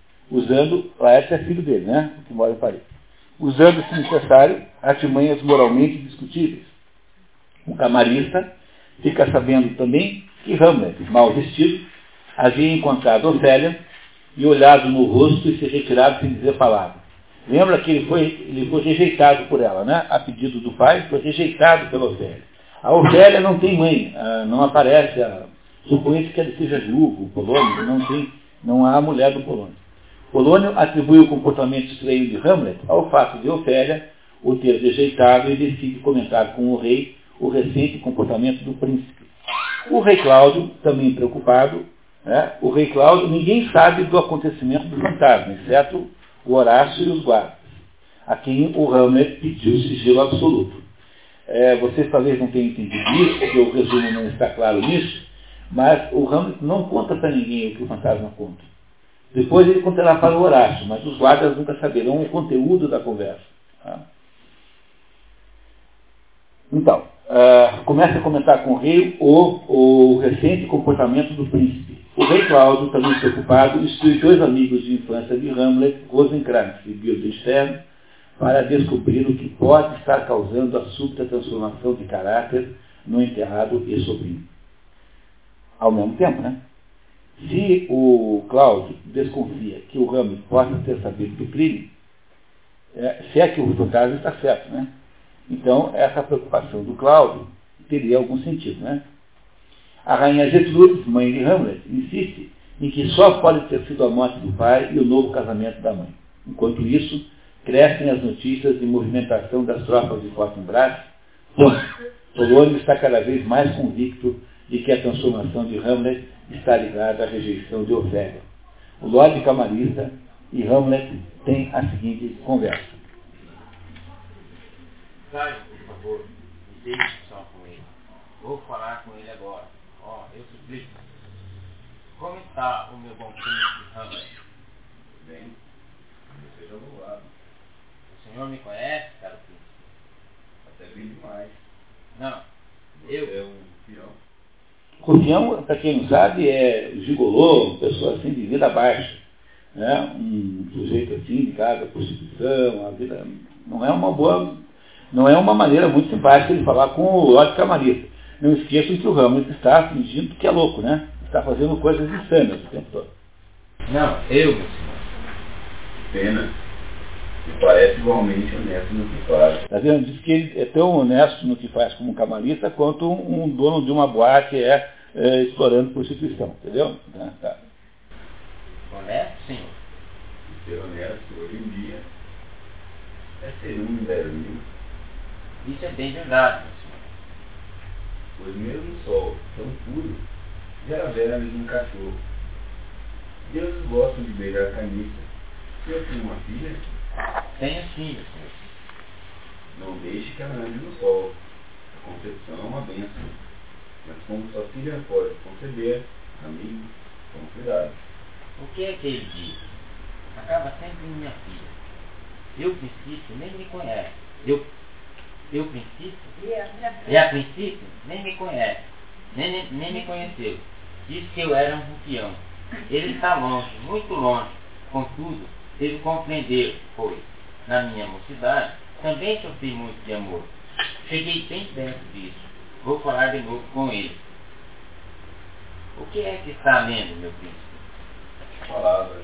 Speaker 1: Laertes é filho dele, né? Que mora em Paris. Usando, se necessário, artimanhas moralmente discutíveis. O camarista fica sabendo também que Hamlet, mal vestido, havia encontrado Ofélia e olhado no rosto e se retirado sem dizer palavra. Lembra que ele foi rejeitado por ela, né? A pedido do pai, foi rejeitado pela Ofélia. A Ofélia não tem mãe, não aparece, suponha-se que ele seja viúvo, o Polônio, não há mulher do Polônio. Polônio atribui o comportamento estranho de Hamlet ao fato de Ofélia o ter rejeitado e decide comentar com o rei o recente comportamento do príncipe. O rei Cláudio, também preocupado, o rei Cláudio, ninguém sabe do acontecimento do fantasma, exceto o Horácio e os guardas, a quem o Hamlet pediu sigilo absoluto. Vocês talvez não tenham entendido isso, porque o resumo não está claro nisso, mas o Hamlet não conta para ninguém o que o fantasma conta. Depois ele contará para o Horácio, mas os guardas nunca saberão o conteúdo da conversa. Tá? Então, começa a comentar com o rei o recente comportamento do príncipe. O rei Cláudio, também preocupado, instrui 2 amigos de infância de Hamlet, Rosencrantz e Guildenstern, para descobrir o que pode estar causando a súbita transformação de caráter no enterrado e sobrinho. Ao mesmo tempo, né? Se o Cláudio desconfia que o Hamlet possa ter sabido do crime, se é que o fantasma está certo, né? Então, essa preocupação do Cláudio teria algum sentido, né? A rainha Gertrudes, mãe de Hamlet, insiste em que só pode ter sido a morte do pai e o novo casamento da mãe. Enquanto isso, crescem as notícias de movimentação das tropas de Fortinbras. Polônio está cada vez mais convicto de que a transformação de Hamlet está ligada à rejeição de Ofélia. O Lorde Camarista e Hamlet têm a seguinte conversa.
Speaker 5: Sai, por favor, me deixe só com ele. Vou falar com ele agora. Eu suplico. Como está o meu bom príncipe Hamlet?
Speaker 3: Bem, seja louvado.
Speaker 5: O senhor me conhece, caro príncipe?
Speaker 3: Até bem demais.
Speaker 5: Não.
Speaker 3: Você é um peão.
Speaker 1: Rufião, para quem não sabe, é gigolô, uma pessoa assim de vida baixa. Né? Um sujeito assim, ligado à prostituição, a vida. Não é uma maneira muito simpática de falar com o Lorde Camarista. Não esqueçam que o Hamlet está fingindo que é louco, né? Está fazendo coisas insanas o tempo todo.
Speaker 5: Não, meu senhor.
Speaker 3: Pena. E parece igualmente honesto no que faz.
Speaker 1: Está vendo? Diz que ele é tão honesto no que faz como camarista quanto um dono de uma boate explorando prostituição, entendeu? Tá.
Speaker 5: Honesto, senhor?
Speaker 3: E ser honesto hoje em dia é ser um em 10 mil.
Speaker 5: Isso é bem verdade, meu senhor.
Speaker 3: Pois mesmo o sol, tão puro, gera vermes num cachorro. Deuses gostam de beijar carniça. Se eu tenho uma filha,
Speaker 5: Tenho sim, meu senhor.
Speaker 3: não deixe que ela ande no sol. A concepção é uma bênção. Mas como sua filha pode conceber, amigo, tome cuidado.
Speaker 5: O que é que ele diz? Acaba sempre em minha filha. Eu, princípio, nem me conhece. Eu princípio? E a princípio, nem me conhece. Nem me conheceu. Disse que eu era um rufião. Ele está longe, muito longe. Contudo, devo compreender, pois, na minha mocidade, também sofri muito de amor. Cheguei bem perto disso. Vou falar de novo com ele. O que é que está lendo, meu príncipe?
Speaker 3: Palavras.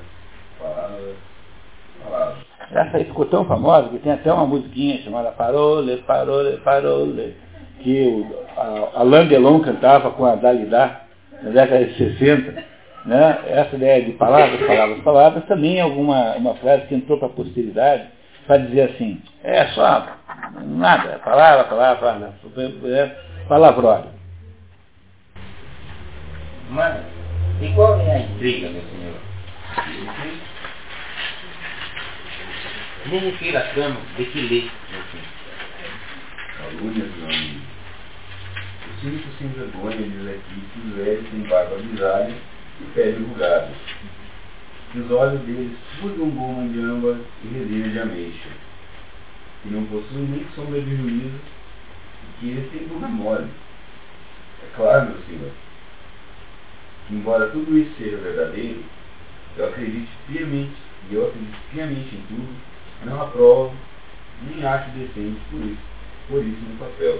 Speaker 1: Essa aí ficou tão famosa que tem até uma musiquinha chamada Parole, Parole, Parole, que a Alain Delon cantava com a Dalida na década de 60. Né? Essa ideia de palavras, também é uma frase que entrou para a posteridade para dizer assim, é só nada, palavrório.
Speaker 5: Mas, e qual é a intriga, meu senhor? Me refiro à trama de que lê, meu filho.
Speaker 3: Calúnias, meu amigo. O cínico sem vergonha diz aqui que os velhos têm barba grisalha e pele enrugada. Que os olhos deles fugam goma de âmbar e resina de ameixa. Que não possuem nem sombra de juízo e que eles têm bunda mole. É claro, meu senhor, que embora tudo isso seja verdadeiro, eu acredito piamente em tudo, não aprovo, nem acho decente por isso no papel.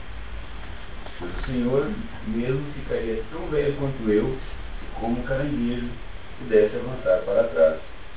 Speaker 3: Pois o senhor mesmo ficaria tão velho quanto eu, se como um caranguejo pudesse avançar para trás.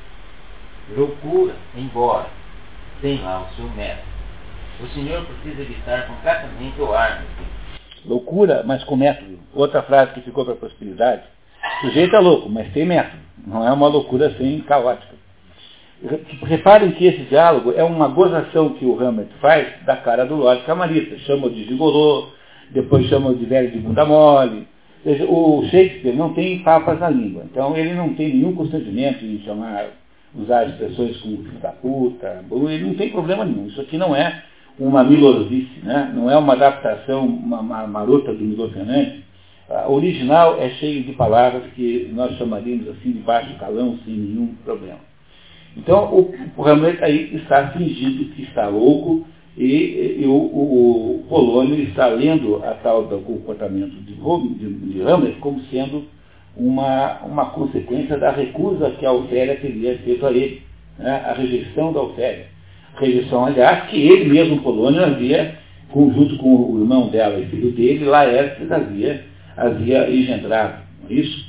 Speaker 5: Loucura, embora, tem lá o seu método. O senhor precisa evitar completamente o ar, meu filho.
Speaker 1: Loucura, mas com método. Outra frase que ficou para a prosperidade. O sujeito é louco, mas tem método. Não é uma loucura assim caótica. Reparem que esse diálogo é uma gozação que o Hamlet faz da cara do Lorde Camarista. Chama de gigolô, depois chama de velho de bunda mole. Ou seja, o Shakespeare não tem papas na língua. Então ele não tem nenhum constrangimento em usar expressões como filho da puta. Ele não tem problema nenhum. Isso aqui não é uma milosice, né? Não é uma adaptação, uma marota do Milo Fernandes. O original é cheio de palavras que nós chamaríamos assim de baixo calão, sem nenhum problema. Então o Hamlet aí está fingindo que está louco e o Polônio está lendo a tal do comportamento de Hamlet como sendo uma consequência da recusa que a Ofélia teria feito a ele, né? A rejeição da Ofélia. Rejeição, aliás, que ele mesmo, Polônio, havia, junto com o irmão dela e filho dele, Laertes havia engendrado. Não é isso?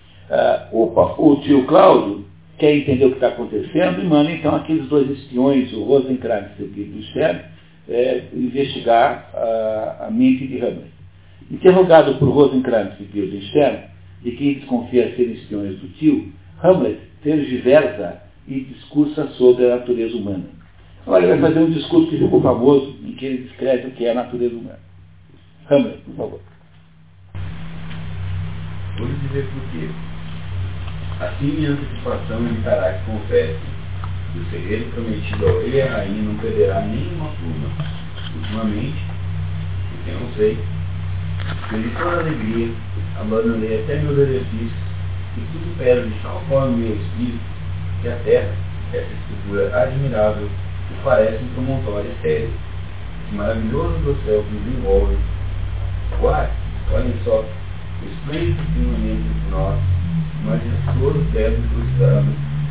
Speaker 1: O tio Cláudio quer entender o que está acontecendo e manda então aqueles dois espiões, o Rosencrantz e o Stern, investigar a mente de Hamlet. Interrogado por Rosencrantz e o Stern, de quem desconfia serem espiões do tio, Hamlet tergiversa e discursa sobre a natureza humana. Agora ele vai fazer um discurso que ficou famoso, em que ele descreve o que é a natureza humana. Hamlet, por favor.
Speaker 3: Vou lhe dizer por quê. Assim minha antecipação evitará que confesse que o segredo prometido ao rei e à rainha não perderá nenhuma pluma. Ultimamente, porque eu não sei, Perdi toda a alegria, abandonei até meus exercícios, e tudo pesa de tal forma meu espírito, que a terra, essa estrutura admirável, me parece um promontório sério. Que maravilhoso do céu que nos envolve. Uai, olhem só, o esplêndido firmamento entre nós, majestoso teto incrustado,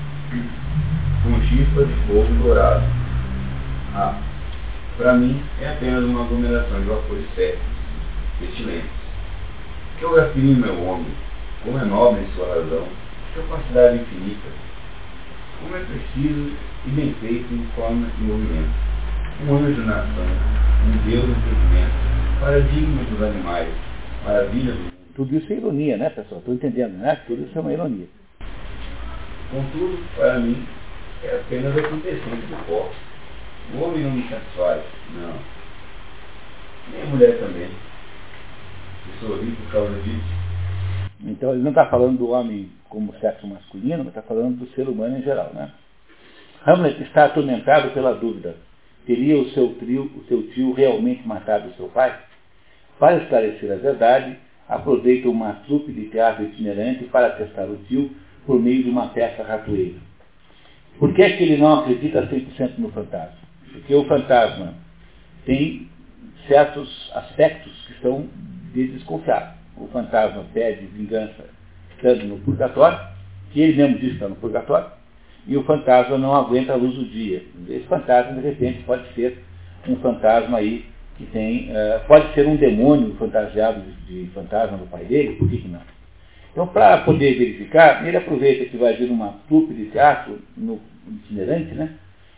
Speaker 3: com chispas de fogo dourado. Ah, para mim é apenas uma aglomeração de vapores secos, pestilentos. Que obra-prima, meu homem, como é nobre em sua razão, que capacidade infinita, como é preciso e bem feito em forma e movimento. Um anjo na ação, um Deus no entendimento, paradigma dos animais, maravilha do mundo.
Speaker 1: Tudo isso é ironia, né, pessoal? Estou entendendo, né? Tudo isso é uma ironia.
Speaker 3: Contudo, para mim, é apenas a quintessência do pó. O homem não me satisfaz, não. Nem a mulher também. Eu sorri por causa disso.
Speaker 1: Então ele não está falando do homem como sexo masculino, mas está falando do ser humano em geral, né? Hamlet está atormentado pela dúvida. Teria o seu tio realmente matado o seu pai? Para esclarecer a verdade, aproveita uma trupe de teatro itinerante para testar o tio por meio de uma peça ratoeira. Por que é que ele não acredita 100% no fantasma? Porque o fantasma tem certos aspectos que são de desconfiar. O fantasma pede vingança estando no purgatório, que ele mesmo diz que está no purgatório, e o fantasma não aguenta a luz do dia. Esse fantasma, de repente, pode ser um fantasma aí que tem, pode ser um demônio fantasiado de fantasma do pai dele, por que não? Então, para poder verificar, ele aproveita que vai vir uma trupe de teatro no itinerante, né?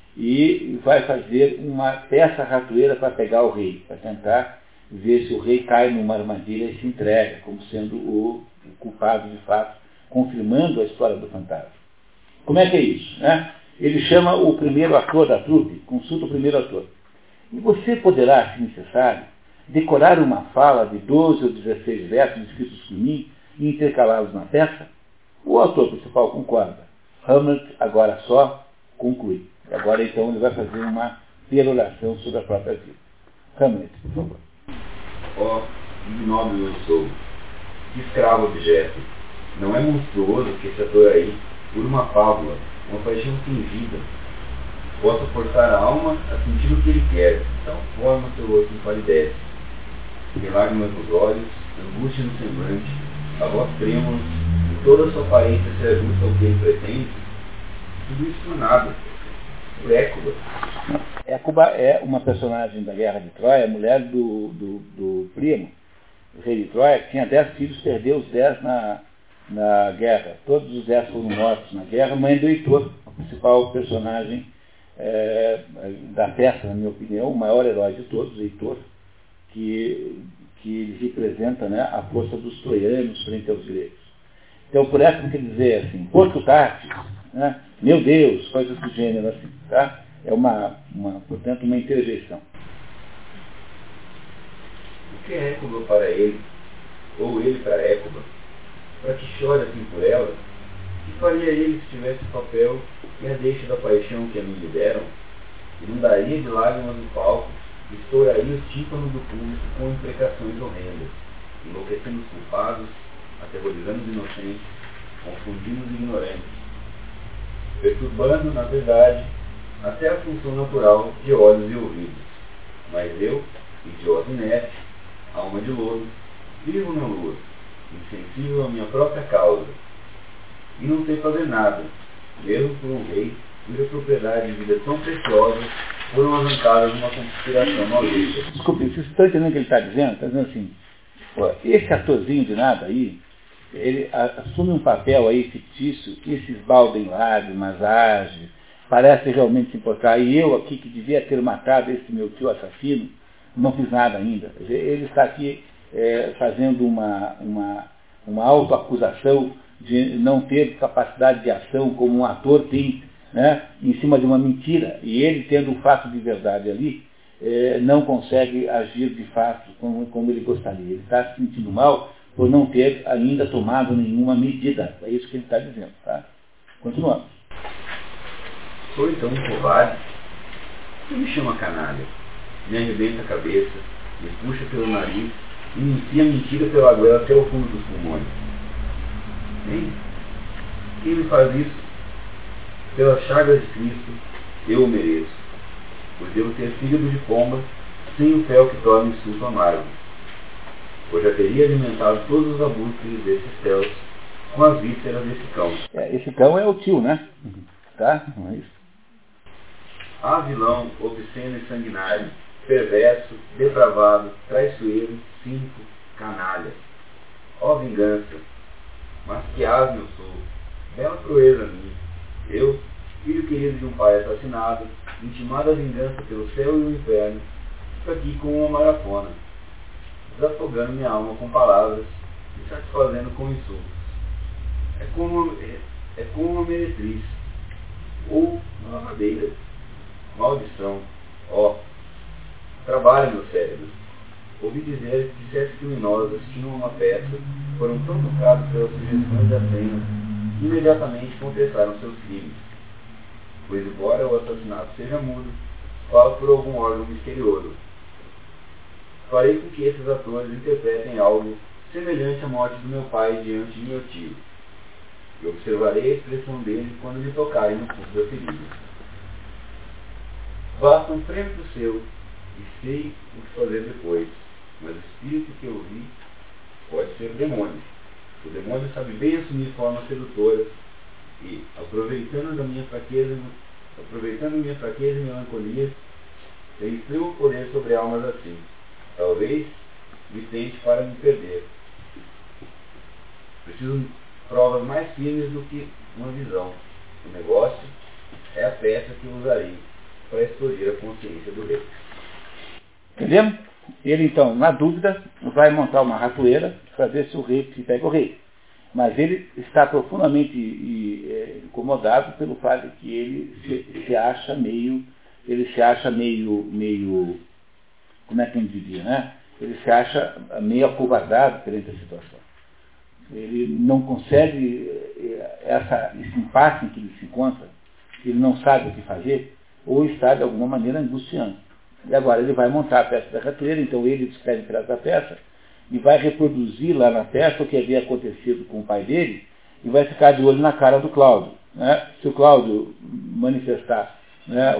Speaker 1: E vai fazer uma peça ratoeira para pegar o rei, para tentar ver se o rei cai numa armadilha e se entrega, como sendo o culpado de fato, confirmando a história do fantasma. Como é que é isso, né? Ele chama o primeiro ator da trupe, consulta o primeiro ator. E você poderá, se necessário, decorar uma fala de 12 ou 16 versos escritos por mim e intercalá-los na peça? O autor principal concorda. Hamlet agora só conclui. Agora então ele vai fazer uma peroração sobre a própria vida. Hamlet, por favor.
Speaker 3: Ó, ignóbil eu sou, que escravo objeto. Não é monstruoso que esse ator aí, por uma fábula, uma paixão fingida, possa forçar a alma a sentir o que ele quer, de tal forma seu rosto empalidece. Tem lágrimas nos olhos, angústia no semblante, a voz trêmula, e toda a sua aparência se ajusta ao que ele pretende. Tudo isso por nada. Por Écuba.
Speaker 1: Écuba é uma personagem da Guerra de Troia, mulher do Príamo, o rei de Troia, que tinha 10 filhos, perdeu os 10 na guerra. Todos os 10 foram mortos na guerra, mãe do Heitor, o principal personagem da peça, na minha opinião, o maior herói de todos, Heitor, que representa, né, a força dos troianos frente aos gregos. Então, por essa quer dizer assim, Portutátis, né, meu Deus, coisas do gênero assim, tá? É portanto, uma interjeição.
Speaker 3: O que é Écuba para ele, ou ele para Écuba, para que chore assim por ela? Que faria ele se tivesse o papel e a deixa da paixão que a mim lhe deram? Inundaria de lágrimas no palco, estouraria os tímpanos do público com imprecações horrendas, enlouquecendo os culpados, aterrorizando os inocentes, confundindo os ignorantes, perturbando, na verdade, até a função natural de olhos e ouvidos. Mas eu, idiota inerte, alma de lodo, vivo na lua, insensível à minha própria causa, e não sei fazer nada, mesmo por um rei cuja propriedade de vida tão preciosa foram arrancadas numa conspiração maldita.
Speaker 1: Desculpe, vocês estão entendendo o que ele está dizendo? Está dizendo assim, pô, esse atorzinho de nada aí, ele assume um papel aí fictício, e se esbalda em lágrimas, age, parece realmente se importar, e eu aqui que devia ter matado esse meu tio assassino, não fiz nada ainda. Ele está aqui fazendo uma autoacusação de não ter capacidade de ação como um ator tem, né, em cima de uma mentira, e ele tendo um fato de verdade ali, não consegue agir de fato como ele gostaria. Ele está se sentindo mal por não ter ainda tomado nenhuma medida. É isso que ele está dizendo. Tá? Continuamos.
Speaker 3: Sou então um covarde? Você me chama canalha, me arrebenta a cabeça, me puxa pelo nariz inicia a mentira pela goela até o fundo dos pulmões. Hein? Quem me faz isso? Pelas chagas de Cristo, eu o mereço. Pois devo ter fígado de pomba, sem o fel que torna o insulto amargo. Pois já teria alimentado todos os abusos desses céus com as vísceras desse cão.
Speaker 1: Esse cão é o tio, né? Tá? Não é isso.
Speaker 3: Ah, vilão, obsceno e sanguinário, perverso, depravado, traiçoeiro, cínico, canalha. Ó vingança, mas que asno eu sou, bela proeza minha. Eu, filho querido de um pai assassinado, intimado a vingança pelo céu e o inferno, estou aqui com uma marafona, desafogando minha alma com palavras e satisfazendo com insultos. É como uma meretriz, ou uma lavadeira. Maldição, ó, trabalha meu cérebro. Ouvi dizer que 7 criminosos tinham uma peça, foram tão tocados pelas sugestões da cena, que imediatamente confessaram seus crimes. Pois embora o assassinato seja mudo, fala por algum órgão misterioso. Farei com que esses atores interpretem algo semelhante à morte do meu pai diante de meu tio. E observarei a expressão dele quando lhe tocarem no fundo da ferida. Basta um frêmito seu, e sei o que fazer depois, mas o espírito que eu vi pode ser o demônio. O demônio sabe bem assumir formas sedutoras e, aproveitando minha fraqueza e melancolia, tem extremo poder sobre almas assim. Talvez me tente para me perder. Preciso de provas mais firmes do que uma visão. O negócio é a peça que usarei para explodir a consciência do rei.
Speaker 1: Entendemos? Ele, então, na dúvida, vai montar uma ratoeira para ver se o rei se pega o rei. Mas ele está profundamente incomodado pelo fato de que ele se acha meio, como é que eu diria, né? Ele se acha meio acovardado perante a situação. Ele não consegue, esse impasse em que ele se encontra, ele não sabe o que fazer, ou está de alguma maneira angustiando. E agora ele vai montar a peça da ratoeira, então ele descreve um pedaço da peça e vai reproduzir lá na peça o que havia acontecido com o pai dele e vai ficar de olho na cara do Cláudio. Né? Se o Cláudio manifestar, né,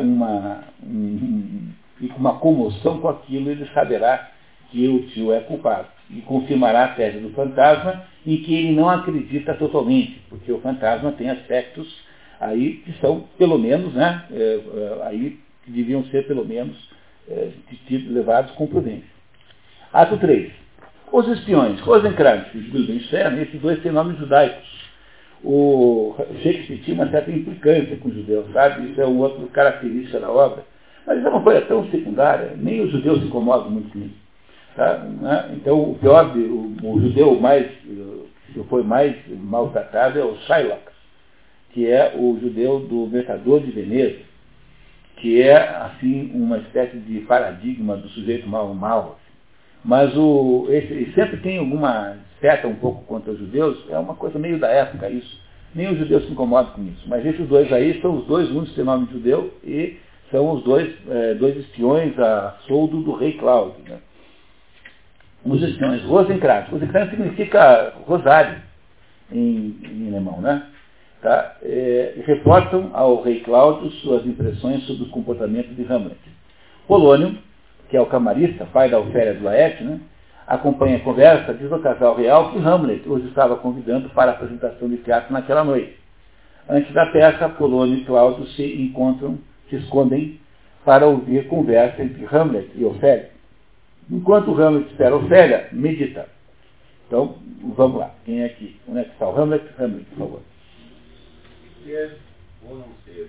Speaker 1: uma comoção com aquilo, ele saberá que o tio é culpado e confirmará a tese do fantasma em que ele não acredita totalmente, porque o fantasma tem aspectos aí que são, pelo menos, né, aí que deviam ser, pelo menos, levados com prudência. Ato 3. Os espiões, Rosencrantz e Guildenstern, esses dois têm nomes judaicos. O Shakespeare tinha uma certa implicância com os judeus, sabe? Isso é uma outra característica da obra. Mas isso é uma coisa tão secundária, nem os judeus se incomodam muito com isso. Tá? Então, o pior, o judeu que foi mais maltratado é o Shylock, que é o judeu do Mercador de Veneza, que é, assim, uma espécie de paradigma do sujeito mal. Mas ele sempre tem alguma seta um pouco contra os judeus, é uma coisa meio da época isso. Nem os judeus se incomodam com isso. Mas esses dois aí são os dois únicos que têm nome de judeu e são os dois espiões a soldo do rei Cláudio. Né? Os espiões, Rosencrantz. Rosencrantz significa rosário em alemão, né? Tá? Reportam ao rei Cláudio suas impressões sobre o comportamento de Hamlet. Polônio, que é o camarista, pai da Ofélia de Laerte, né, acompanha a conversa, diz ao casal real que Hamlet os estava convidando para a apresentação de teatro naquela noite. Antes da peça, Polônio e Cláudio se escondem para ouvir conversa entre Hamlet e Ofélia. Enquanto Hamlet espera Ofélia, medita. Então, vamos lá. Quem é aqui? Onde é que está o Hamlet? Hamlet, por favor.
Speaker 3: Ser ou não ser?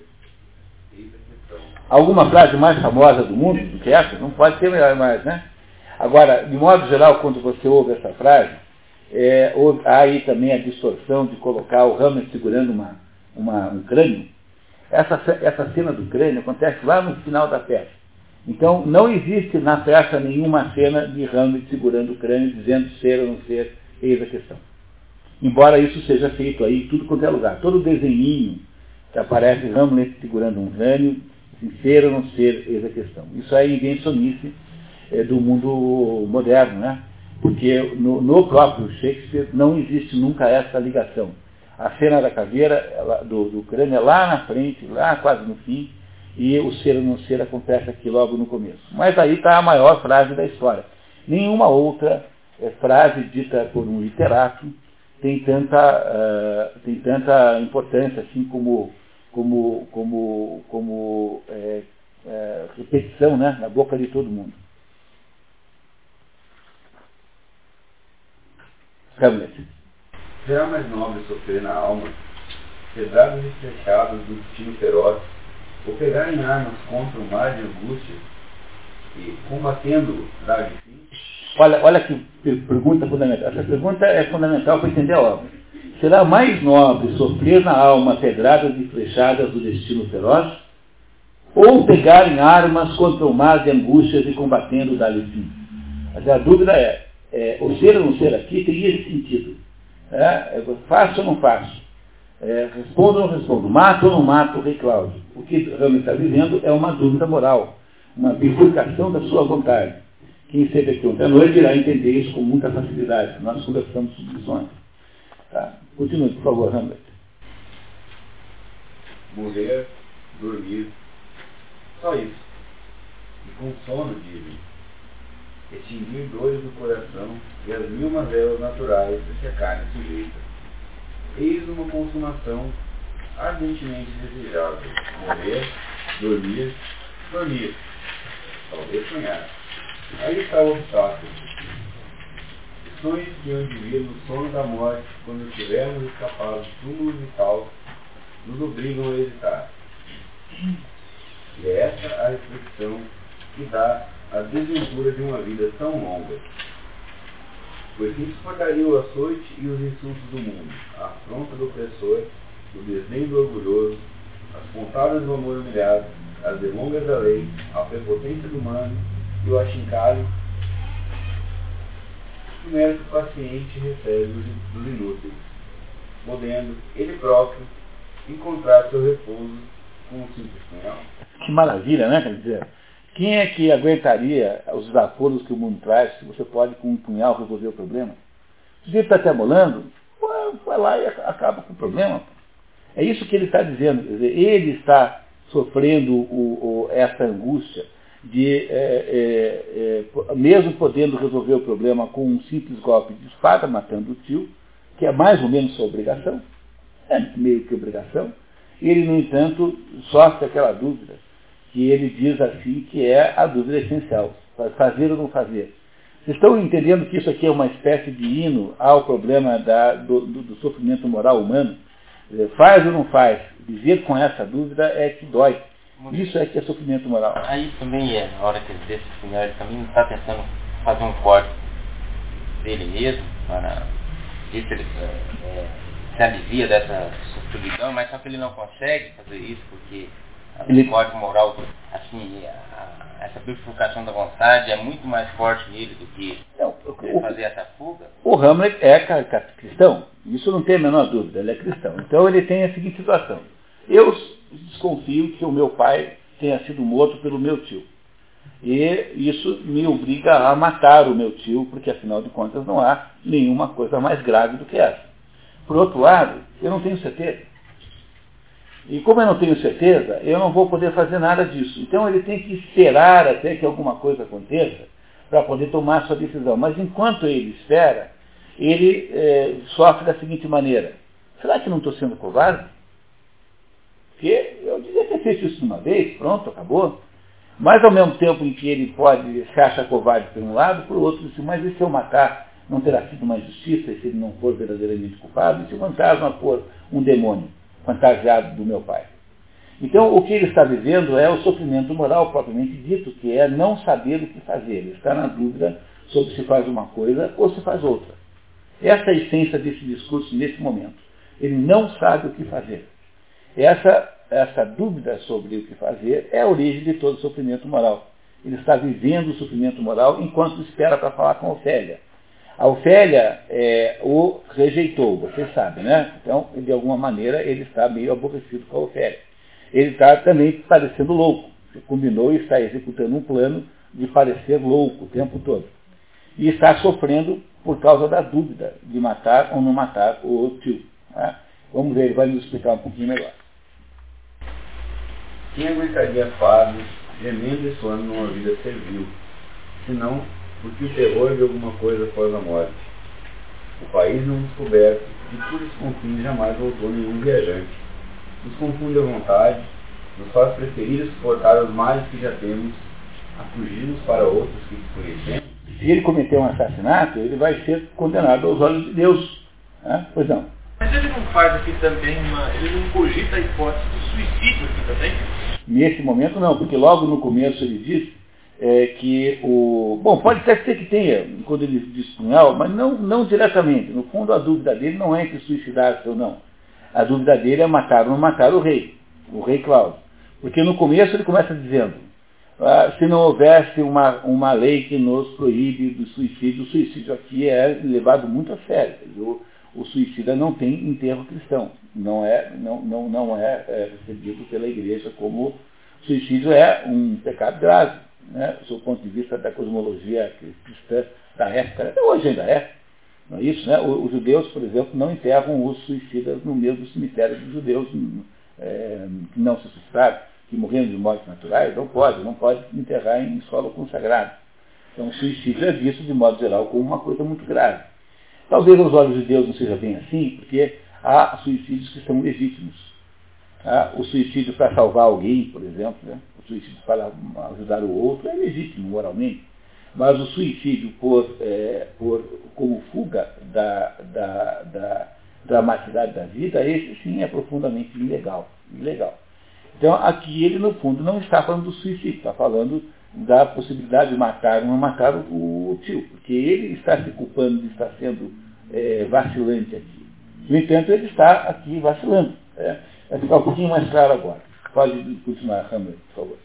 Speaker 1: Alguma frase mais famosa do mundo do que essa? Não pode ter mais, né? Agora, de modo geral, quando você ouve essa frase, há aí também a distorção de colocar o Hamlet segurando um crânio. Essa cena do crânio acontece lá no final da peça. Então, não existe na peça nenhuma cena de Hamlet segurando o crânio, dizendo ser ou não ser, eis a questão. Embora isso seja feito aí em tudo quanto é lugar. Todo desenhinho que aparece Hamlet segurando um crânio, ser ou não ser, eis a questão. Isso é invencionice do mundo moderno, né? Porque no próprio Shakespeare não existe nunca essa ligação. A cena da caveira, do crânio é lá na frente, lá quase no fim, e o ser ou não ser acontece aqui logo no começo. Mas aí está a maior frase da história. Nenhuma outra frase dita por um literato tem tanta importância assim como repetição, né, na boca de todo mundo. Hamlet.
Speaker 3: Será mais nobre sofrer na alma pedradas e flechadas do destino feroz, ou pegar em armas contra o mar de angústia e, combatendo, dar fim?
Speaker 1: Olha que pergunta fundamental. Essa pergunta é fundamental para entender a obra. Será mais nobre sofrer na alma pedradas e flechadas do destino feroz, ou pegar em armas contra o mar de angústias e combatendo, dar fim? Mas a dúvida é o ser ou não ser aqui teria esse sentido. Faço ou não faço? Respondo ou não respondo? Mato ou não mato o rei Cláudio? O que Hamlet está vivendo é uma dúvida moral, uma bifurcação da sua vontade. Quem esteve aqui ontem à noite irá entender isso com muita facilidade. Nós conversamos sobre isso ontem. Tá? Continue, por favor, Hamlet.
Speaker 3: Morrer, dormir, só isso. E com sono, dizem, extinguir dores do coração e as 1000 mazelas naturais a que a carne é sujeita. Eis uma consumação ardentemente desejável. Morrer, dormir, talvez sonhar. Aí está o obstáculo. Os sonhos que hão de vir no sono da morte, quando estivermos escapados do túmulo vital, nos obrigam a hesitar. E é essa a reflexão que dá a desventura de uma vida tão longa. Pois quem suportaria o açoite e os insultos do mundo, a afronta do opressor, o desdém do orgulhoso, as pontadas do amor humilhado, as delongas da lei, a prepotência do humano e o achincalho que o mérito paciente recebe dos inúteis, podendo ele próprio encontrar seu repouso com um simples punhal.
Speaker 1: Que maravilha, né? Quer dizer, quem é que aguentaria os desaforos que o mundo traz se você pode com um punhal resolver o problema? Se ele está te amolando, vai lá e acaba com o problema. É isso que ele está dizendo. Quer dizer, ele está sofrendo essa angústia de, mesmo podendo resolver o problema com um simples golpe de espada, matando o tio, que é mais ou menos sua obrigação, é meio que obrigação, ele, no entanto, sofre aquela dúvida, que ele diz assim que é a dúvida essencial, fazer ou não fazer. Vocês estão entendendo que isso aqui é uma espécie de hino ao problema do sofrimento moral humano? Faz ou não faz? Viver com essa dúvida é que dói. Isso é que é sofrimento moral.
Speaker 5: Aí também na hora que ele deixa o punhal, ele também está tentando fazer um corte dele mesmo, para ver se ele se alivia dessa solidão, mas só que ele não consegue fazer isso, porque o código moral, assim, essa bifurcação da vontade é muito mais forte nele do que fazer essa fuga.
Speaker 1: O Hamlet é cristão, isso não tem a menor dúvida, ele é cristão. Então ele tem a seguinte situação: eu desconfio que o meu pai tenha sido morto pelo meu tio. E isso me obriga a matar o meu tio, porque afinal de contas não há nenhuma coisa mais grave do que essa. Por outro lado, eu não tenho certeza. E como eu não tenho certeza, eu não vou poder fazer nada disso. Então ele tem que esperar até que alguma coisa aconteça para poder tomar sua decisão. Mas enquanto ele espera, ele sofre da seguinte maneira: será que não estou sendo covarde? Porque eu devia ter feito isso uma vez, pronto, acabou. Mas ao mesmo tempo em que ele se acha covarde por um lado, por outro, diz, mas e se eu matar, não terá sido uma injustiça se ele não for verdadeiramente culpado? E se o fantasma for um demônio fantasiado do meu pai? Então o que ele está vivendo é o sofrimento moral propriamente dito, que é não saber o que fazer. Ele está na dúvida sobre se faz uma coisa ou se faz outra. Essa é a essência desse discurso nesse momento. Ele não sabe o que fazer. Essa dúvida sobre o que fazer é a origem de todo o sofrimento moral. Ele está vivendo o sofrimento moral enquanto espera para falar com a Ofélia. A Ofélia o rejeitou, vocês sabem, né? Então, de alguma maneira, ele está meio aborrecido com a Ofélia. Ele está também parecendo louco. Ele combinou e está executando um plano de parecer louco o tempo todo. e está sofrendo por causa da dúvida de matar ou não matar o tio. Tá? Vamos ver, ele vai nos explicar um pouquinho melhor.
Speaker 3: Quem aguentaria fardos, gemendo e suando numa vida servil, senão porque o terror de alguma coisa após a morte? O país não descoberto, de cujos confins jamais voltou nenhum viajante. Nos confunde a vontade, nos faz preferir suportar os males que já temos, a fugirmos para outros que desconhecemos.
Speaker 1: Se ele cometer um assassinato, ele vai ser condenado aos olhos de Deus. Né? Pois não.
Speaker 6: Mas ele não faz aqui também ele não cogita a hipótese do suicídio aqui também?
Speaker 1: Nesse momento não, porque logo no começo ele diz que o... Bom, pode até ser que tenha, quando ele diz punhal, mas não diretamente. No fundo, a dúvida dele não é entre suicidar-se ou não. A dúvida dele é matar ou não matar o rei Cláudio. Porque no começo ele começa dizendo, se não houvesse uma lei que nos proíbe do suicídio, o suicídio aqui é levado muito a sério. O suicida não tem enterro cristão, não é recebido pela igreja como suicídio é um pecado grave, né? Do ponto de vista da cosmologia cristã da época, até hoje ainda é, não é isso, né? Os judeus, por exemplo, não enterram os suicidas no mesmo cemitério dos judeus que não se suicidaram, que morreram de mortes naturais, não pode enterrar em solo consagrado. Então o suicídio é visto de modo geral como uma coisa muito grave. Talvez aos olhos de Deus não seja bem assim, porque há suicídios que são legítimos. O suicídio para salvar alguém, por exemplo, né? O suicídio para ajudar o outro é legítimo moralmente. Mas o suicídio como fuga da dramaticidade da vida, esse sim é profundamente ilegal. Então aqui ele no fundo não está falando do suicídio, está falando da possibilidade de matar ou não matar o tio, porque ele está se culpando de estar sendo vacilante aqui. No entanto, ele está aqui vacilando. Vai ficar um pouquinho mais claro agora. Pode continuar, Hamlet, por favor.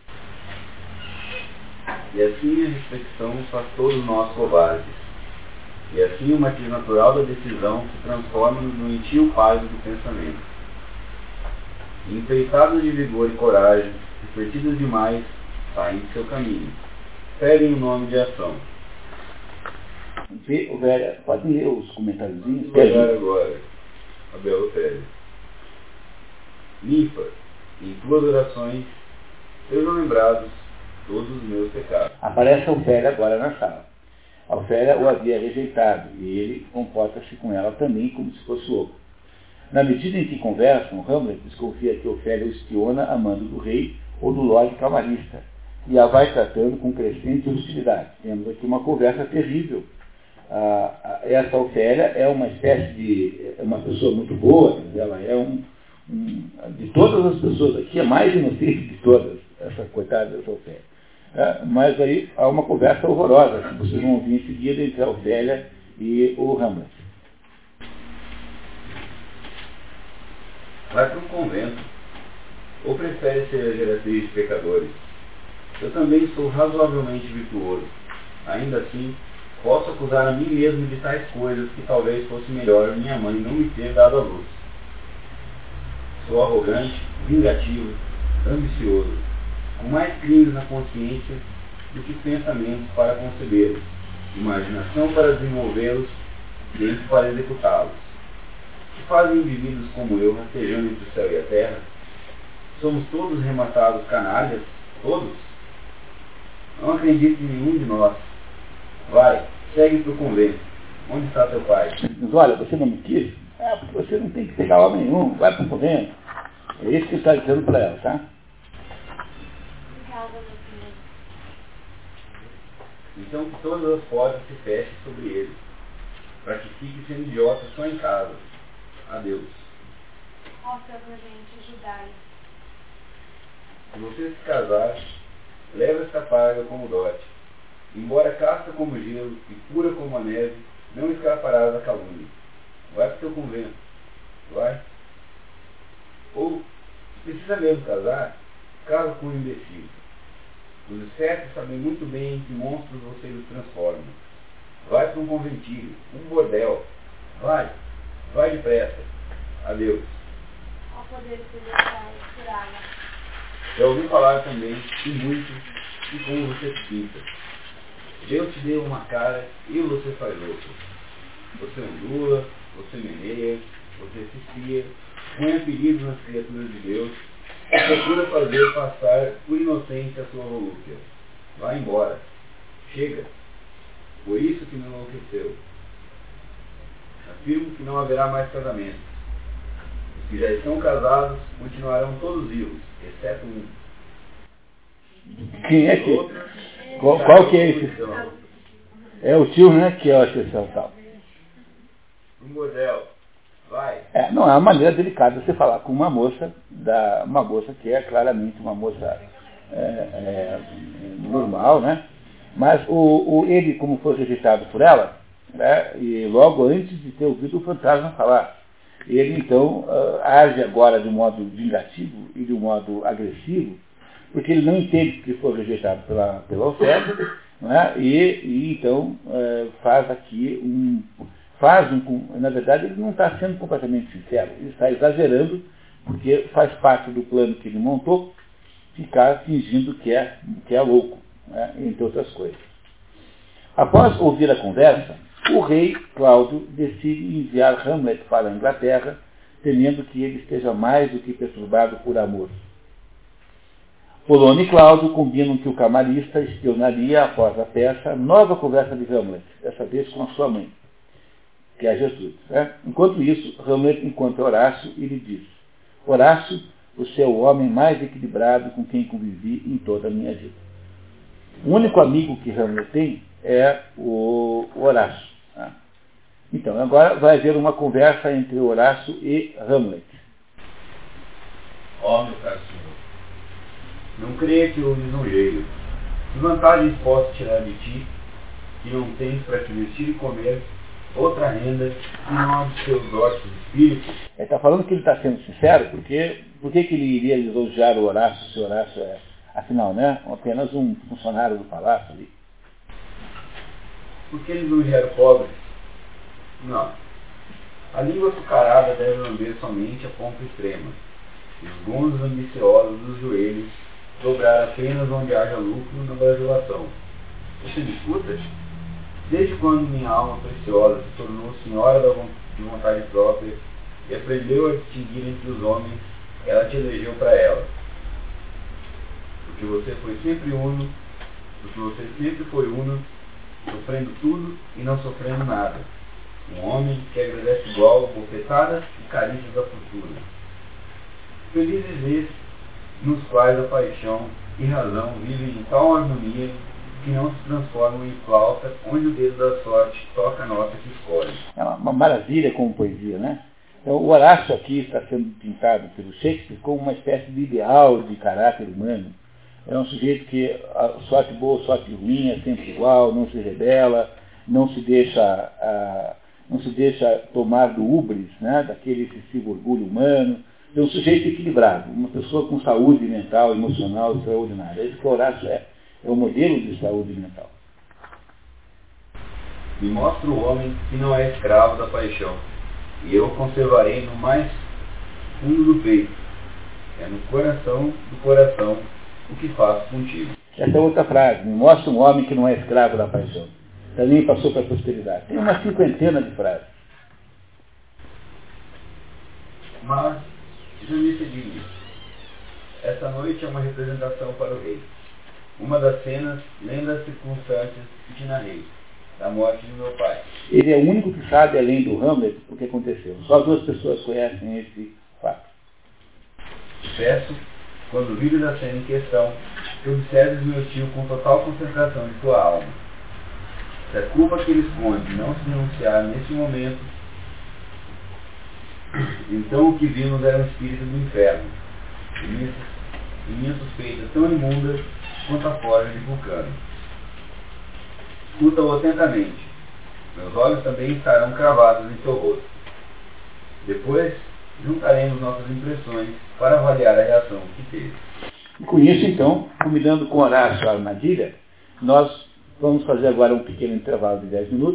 Speaker 3: E assim a reflexão faz todos nós covardes. E assim o matiz natural da decisão se transforma no doentio pálido do pensamento. E empeitados de vigor e coragem, refletidos demais, saem de seu caminho. Ferem o nome de ação.
Speaker 1: Pode ler os comentáriozinhos?
Speaker 3: Vou olhar agora. Abel Pérez. Ninfa, em tuas orações sejam lembrados todos os meus pecados.
Speaker 1: Aparece a Ofélia agora na sala. A Ofélia o havia rejeitado e ele comporta-se com ela também como se fosse louco. Na medida em que conversam, Hamlet desconfia que Ofélia o espiona a mando do rei ou do lorde camarista e a vai tratando com crescente hostilidade. Temos aqui uma conversa terrível. Essa Ofélia é uma espécie de... uma pessoa muito boa, ela é de todas as pessoas aqui, é mais inocente de todas, essa coitada dessa Ofélia. Mas aí há uma conversa horrorosa, que vocês vão ouvir em seguida, entre a Ofélia e o Hamlet.
Speaker 3: Vai para um convento, ou prefere ser a geratriz de pecadores? Eu também sou razoavelmente virtuoso. Ainda assim, posso acusar a mim mesmo de tais coisas que talvez fosse melhor minha mãe não me ter dado à luz. Sou arrogante, vingativo, ambicioso, com mais crimes na consciência do que pensamentos para concebê-los, imaginação para desenvolvê-los, tempo para executá-los. Que fazem indivíduos como eu rastejando entre o céu e a terra? Somos todos rematados canalhas? Todos? Não acredito em nenhum de nós. Vai, segue para o convento. Onde está teu pai?
Speaker 1: Mas olha, você não me quis? Porque você não tem que pegar homem nenhum. Vai para o convento. É isso que ele está dizendo para ela, tá?
Speaker 3: Então que todas as portas se fechem sobre ele, para que fique sendo idiota só em casa. Adeus.
Speaker 7: Ó seu presente, ajudai.
Speaker 3: Se você se casar, leva esta paga como dote. Embora casta como gelo e pura como a neve, não escaparás da calúnia. Vai para o teu convento. Vai. Ou, se precisa mesmo casar, casa com um imbecil. Os espertos sabem muito bem em que monstros vocês os transformam. Vai para um conventilho, um bordel. Vai depressa. Adeus.
Speaker 7: Ó poder celestial, curá-la.
Speaker 3: Já ouvi falar também, e muito, e como você se pinta. Deus te deu uma cara e você faz outra. Você ondula, você meneia, você se fia, põe apelidos nas criaturas de Deus e procura fazer passar por inocente a sua volúpia. Vá embora. Chega. Por isso que me enlouqueceu. Afirmo que não haverá mais casamento. Os que já estão casados continuarão todos vivos, exceto um.
Speaker 1: Quem é que? Qual que é esse? É o tio, né? Que é a exceção tal.
Speaker 3: Um bordel. Vai.
Speaker 1: Não é uma maneira delicada de você falar com uma moça que é claramente uma moça normal, né? Mas ele, como foi rejeitado por ela, né? E logo antes de ter ouvido o fantasma falar, ele então age agora de um modo vingativo e de um modo agressivo, porque ele não entende que foi rejeitado pela oferta, né? E então faz aqui na verdade ele não está sendo completamente sincero, ele está exagerando, porque faz parte do plano que ele montou, ficar fingindo que é louco, né? Entre outras coisas. Após ouvir a conversa, o rei Cláudio decide enviar Hamlet para a Inglaterra, temendo que ele esteja mais do que perturbado por amor. Polônio e Cláudio combinam que o camarista espionaria, após a peça, nova conversa de Hamlet, dessa vez com a sua mãe, que é Gertrude. Né? Enquanto isso, Hamlet encontra Horácio e lhe diz: Horácio, você é o homem mais equilibrado com quem convivi em toda a minha vida. O único amigo que Hamlet tem é o Horácio. Tá? Então, agora vai haver uma conversa entre Horácio e Hamlet.
Speaker 3: Ó, meu caro senhor, não creia que eu lisonjeio. Que vantagens posso tirar de ti, que não tens para te vestir e comer outra renda, que não há de seus dotes de espírito?
Speaker 1: Ele está falando que ele está sendo sincero, porque por que ele iria lisonjear o Horácio, se o Horácio é, afinal, né, apenas um funcionário do palácio ali?
Speaker 3: Por que lisonjear o pobre? Não. A língua açucarada deve lamber somente a ponta extrema, e os gôndolos ambiciosos dos joelhos dobrar apenas onde haja lucro na bajulação. Você me escuta? Desde quando minha alma preciosa se tornou senhora de vontade própria e aprendeu a distinguir entre os homens, ela te elegeu para ela. Porque você sempre foi uno, sofrendo tudo e não sofrendo nada. Um homem que agradece igual bofetadas e carícias da fortuna. Felizes esses nos quais a paixão e razão vivem em tal harmonia que não se transformam em flauta onde o dedo da sorte toca a nota que escolhe. É
Speaker 1: uma maravilha como poesia, né? Então, o Horácio aqui está sendo pintado pelo Shakespeare como uma espécie de ideal de caráter humano. É um sujeito que a sorte boa, a sorte ruim é sempre igual, não se rebela, não se deixa tomar do hubris, né? Daquele excessivo orgulho humano. É um sujeito equilibrado, uma pessoa com saúde mental, emocional extraordinária. É isso que o Horácio é o modelo de saúde mental.
Speaker 3: Me mostra o homem que não é escravo da paixão, e eu o conservarei no mais fundo do peito. É no coração do coração o que faço contigo.
Speaker 1: Essa é outra frase. Me mostra um homem que não é escravo da paixão. Também passou para a posteridade. Tem uma 50 de frases.
Speaker 3: Mas já me seguinte. Esta noite é uma representação para o rei. Uma das cenas, lendo as circunstâncias que te narrei, da morte de meu pai.
Speaker 1: Ele é o único que sabe, além do Hamlet, o que aconteceu. Só 2 pessoas conhecem esse fato.
Speaker 3: Peço, quando vires da cena em questão, que observes meu tio com total concentração de tua alma. Se a culpa que ele esconde não se denunciar nesse momento, então o que vimos era um espírito do inferno, e minha suspeita tão imunda quanto a forja de Vulcano. Escuta-o atentamente. Meus olhos também estarão cravados em teu rosto. Depois, juntaremos nossas impressões para avaliar a reação que teve.
Speaker 1: E com isso, então, combinando com Horácio a armadilha, nós vamos fazer agora um pequeno intervalo de 10 minutos.